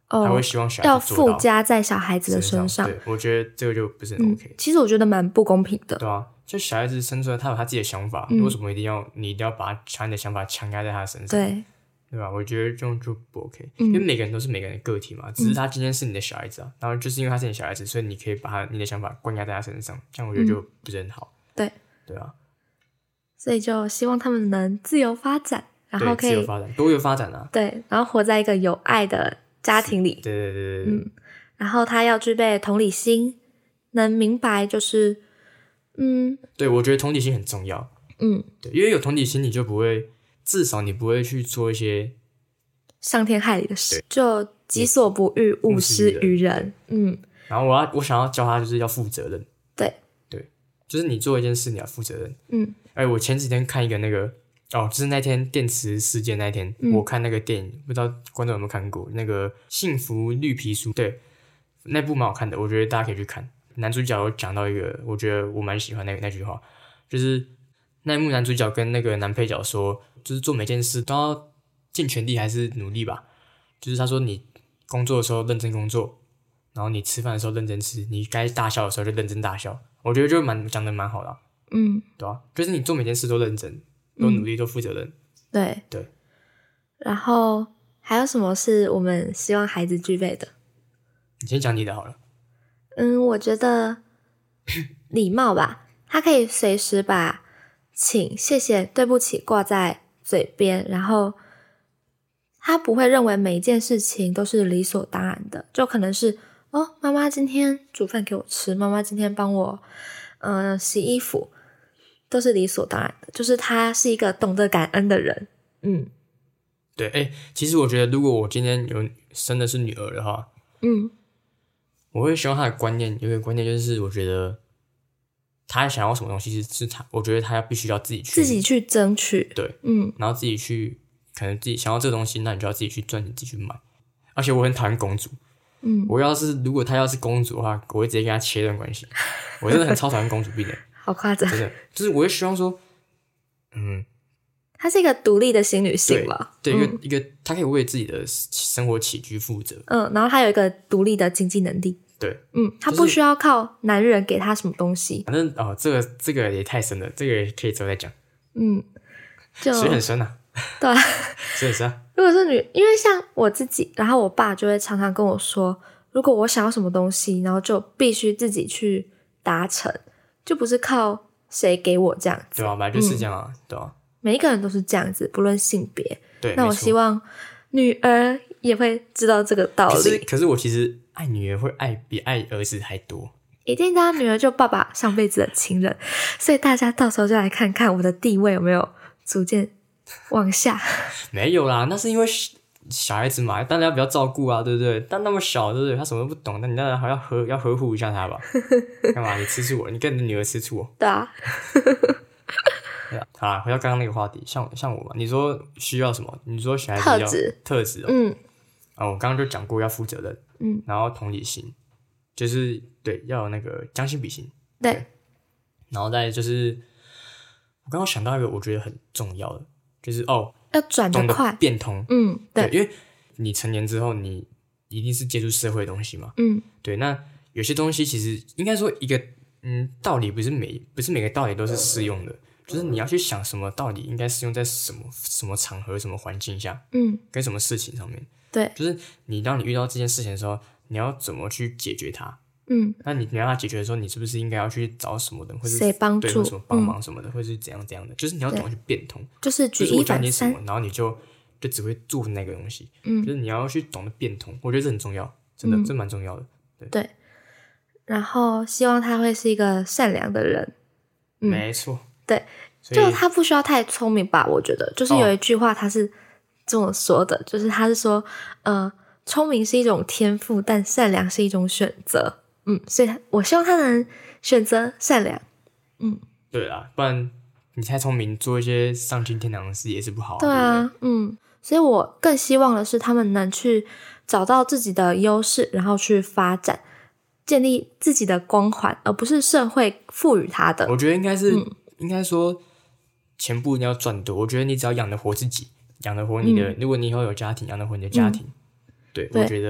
哦， 他会希望小孩子要做到附加在小孩子的身上。 对，我觉得这个就不是很 OK、 嗯。其实我觉得蛮不公平的。 对啊，就小孩子生出来，他有他自己的想法，嗯、为什么一定要你一定要把他你的想法强压在他身上？ 对， 对吧？我觉得这样就不 OK，、嗯、因为每个人都是每个人的个体嘛，只是他今天是你的小孩子啊，然后就是因为他是你的小孩子，所以你可以把他你的想法灌压在他身上，这样我觉得就不是很好。 嗯、对， 对啊，所以就希望他们能自由发展，然后可以自由发展、多元发展啊。 对，然后活在一个有爱的家庭里。 对对对对对。 嗯，然后他要具备同理心，能明白就是嗯， 对，我觉得同理心很重要。 嗯， 对，因为有同理心，你就不会，至少你不会去做一些伤天害理的事，就己所不欲，勿施于人。嗯， 然后我要我想要教他就是要负责任。 对对，就是你做一件事你要负责任。 嗯， 哎，我前几天看一个那个哦，就是那天电池事件那一天、嗯，我看那个电影，不知道观众有没有看过那个《幸福绿皮书》？对，那部蛮好看的，我觉得大家可以去看。男主角有讲到一个，我觉得我蛮喜欢那那句话，就是那一幕男主角跟那个男配角说，就是做每件事都要尽全力还是努力吧。就是他说你工作的时候认真工作，然后你吃饭的时候认真吃，你该大笑的时候就认真大笑。我觉得就蛮讲的蛮好的、啊， 嗯， 对啊，就是你做每件事都认真，都努力，嗯、都负责任。 对对。 然后还有什么是我们希望孩子具备的？ 你先讲你的好了。 嗯，我觉得礼貌吧，他可以随时把请、谢谢、对不起挂在嘴边，然后他不会认为每一件事情都是理所当然的，就可能是哦，妈妈今天煮饭给我吃，妈妈今天帮我嗯、呃、洗衣服，都是理所当然的，就是他是一个懂得感恩的人。嗯， 对，哎，其实我觉得如果我今天有生的是女儿的话， 嗯， 我会希望她的观念有一个观念，就是我觉得她想要什么东西是是她，我觉得她要必须要自己去自己去争取， 对， 嗯， 然后自己去，可能自己想要这个东西，那你就要自己去赚钱，自己去买。而且我很讨厌公主， 嗯， 我要是如果她要是公主的话，我会直接跟她切断关系。我真的很超讨厌公主病的， 好夸张， 真的，就是我会希望说，嗯， 她是一个独立的新女性吧？ 对，对嗯、 一个一个，她可以为自己的生活起居负责， 嗯，然后她有一个独立的经济能力， 对， 嗯，她不需要靠男人给她什么东西。 反正哦，这个这个也太深了，这个也可以之后再讲， 嗯，就水很深啊， 对啊， 水很深啊。 如果是女，因为像我自己，然后我爸就会常常跟我说，如果我想要什么东西，然后就必须自己去达成，就不是靠谁给我这样子。 对啊，本来就是这样啊，嗯、对啊， 每一个人都是这样子，不论性别。 对， 那我希望女儿也会知道这个道理。 可是，可是我其实爱女儿会爱比爱儿子还多。 一定他女儿就爸爸上辈子的情人，所以大家到时候就来看看我的地位有没有逐渐往下。 没有啦，那是因为小孩子嘛，当然要比较照顾啊，对不对？但那么小，对不对？他什么都不懂，那你当然还要呵要呵护一下他吧？干嘛？你吃醋我？你跟你的女儿吃醋我？ 对啊。 对啊，好啦，回到刚刚那个话题，像像我嘛，你说需要什么？你说小孩子要特质， 特质哦。 嗯。 啊、哦，我刚刚就讲过要负责任， 嗯， 然后同理心，就是对要有那个将心比心， 对。 对然后再就是，我刚刚想到一个我觉得很重要的，就是哦， 要转得快， 变通， 嗯，对， 对，因为你成年之后，你一定是接触社会的东西嘛， 嗯， 对，那有些东西其实应该说一个，嗯，道理不是每不是每个道理都是适用的，就是你要去想什么道理应该适用在什么什么场合、什么环境下， 嗯， 跟什么事情上面， 对， 就是你当你遇到这件事情的时候，你要怎么去解决它。 嗯， 那你你让他解决的时候，你是不是应该要去找什么人，或是谁帮助， 对，或什么帮忙什么的，嗯、或是怎样怎样的？就是你要懂得去变通， 就是举一反三， 然后你就就只会做那个东西。 嗯， 就是你要去懂得变通，我觉得这很重要，真的，嗯、这蛮重要的。对对，然后希望他会是一个善良的人。 嗯、没错， 对，就他不需要太聪明吧？我觉得，就是有一句话他是这么说的，哦、就是他是说，呃，聪明是一种天赋，但善良是一种选择。嗯，所以我希望他能选择善良。嗯， 对啦，不然你太聪明，做一些丧尽天良的事也是不好、啊。 对啊， 对对嗯，所以我更希望的是他们能去找到自己的优势，然后去发展，建立自己的光环，而不是社会赋予他的。 我觉得应该是， 嗯、 应该说钱不一定要赚多，我觉得你只要养得活自己，养得活你的，嗯、如果你以后有家庭，养得活你的家庭，嗯、对， 对我觉得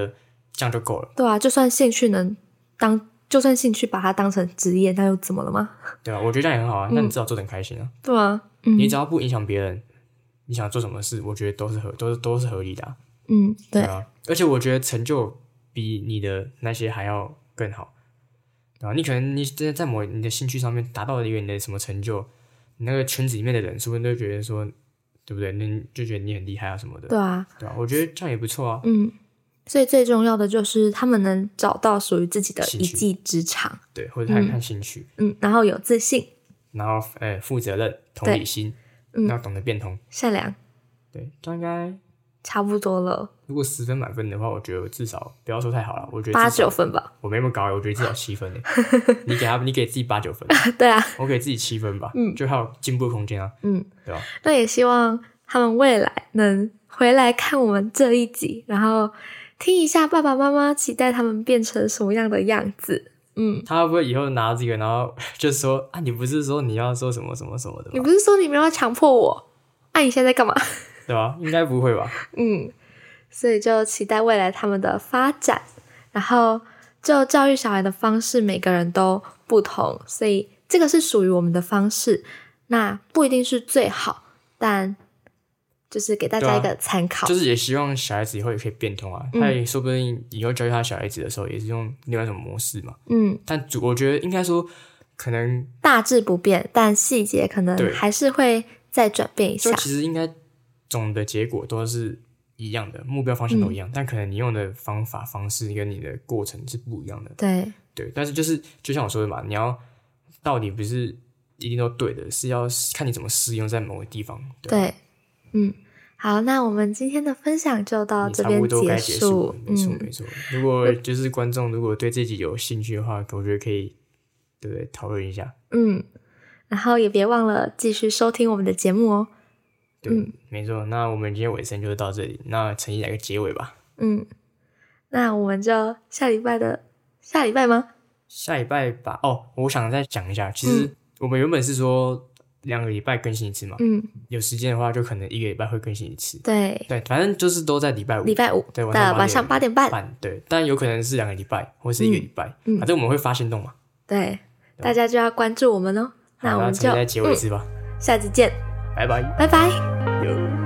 这样就够了。 对啊，就算兴趣能当，就算兴趣把它当成职业，那又怎么了吗？ 对啊，我觉得这样也很好啊，那、嗯、你至少做得很开心啊。 对啊， 嗯，你只要不影响别人，你想做什么事，我觉得都是合，都是都是合理的、啊。 嗯，对。 对啊，而且我觉得成就比你的那些还要更好。对啊，你可能你真的在某你的兴趣上面达到了一个你的什么成就，你那个圈子里面的人是不是都觉得说，对不对？那就觉得你很厉害啊什么的。 对啊， 对啊，我觉得这样也不错啊。 嗯，所以最重要的就是他们能找到属于自己的一技之长， 对，或者看看兴趣， 嗯，然后有自信， 然后呃负责任、同理心，嗯，要懂得变通、 善良， 对，这样应该差不多了。 如果十分满分的话，我觉得至少不要说太好了，我觉得八九分吧。 我没那么高，我觉得至少七分诶。你给他，你给自己八九分。 对啊， 我给自己七分吧。嗯，就还有进步的空间啊。 嗯， 对吧？ 那也希望他们未来能回来看我们这一集，然后听一下爸爸妈妈期待他们变成什么样的样子。嗯， 他会不会以后拿这个，然后就说啊，你不是说你要说什么什么什么的吗？ 你不是说你们要强迫我？啊，你现在在干嘛？ 对吧？应该不会吧？ 嗯。所以就期待未来他们的发展，然后就教育小孩的方式每个人都不同，所以这个是属于我们的方式，那不一定是最好，但就是给大家一个参考、啊、 就是也希望小孩子以后也可以变通啊、嗯、他也说不定以后教育他小孩子的时候也是用另外一种模式嘛。嗯，但主我觉得应该说可能大致不变，但细节可能还是会再转变一下， 就其实应该总的结果都是一样的，目标方向都一样、嗯、但可能你用的方法方式跟你的过程是不一样的。 对对，但是就是就像我说的嘛，你要到底不是一定都对的，是要看你怎么适用在某个地方。 对, 对，嗯，好，那我们今天的分享就到这边结束。 没错没错，如果就是观众如果对这集有兴趣的话，我觉得可以对不对讨论一下。 嗯，然后也别忘了继续收听我们的节目哦。 对、嗯，没错。那我们今天尾声就是到这里，那陈毅来个结尾吧。 嗯，那我们就下礼拜的下礼拜吗？ 下礼拜吧。哦，我想再讲一下，其实我们原本是说两个礼拜更新一次嘛。嗯，有时间的话就可能一个礼拜会更新一次。 对对，反正就是都在礼拜五。 礼拜五， 对， 晚上八点半。 对，但有可能是两个礼拜，或是一个礼拜、嗯，反正我们会发限动嘛。 对，大家就要关注我们哦。那我们就再结尾一次吧、 嗯，下集见。 拜拜， 拜拜。 有。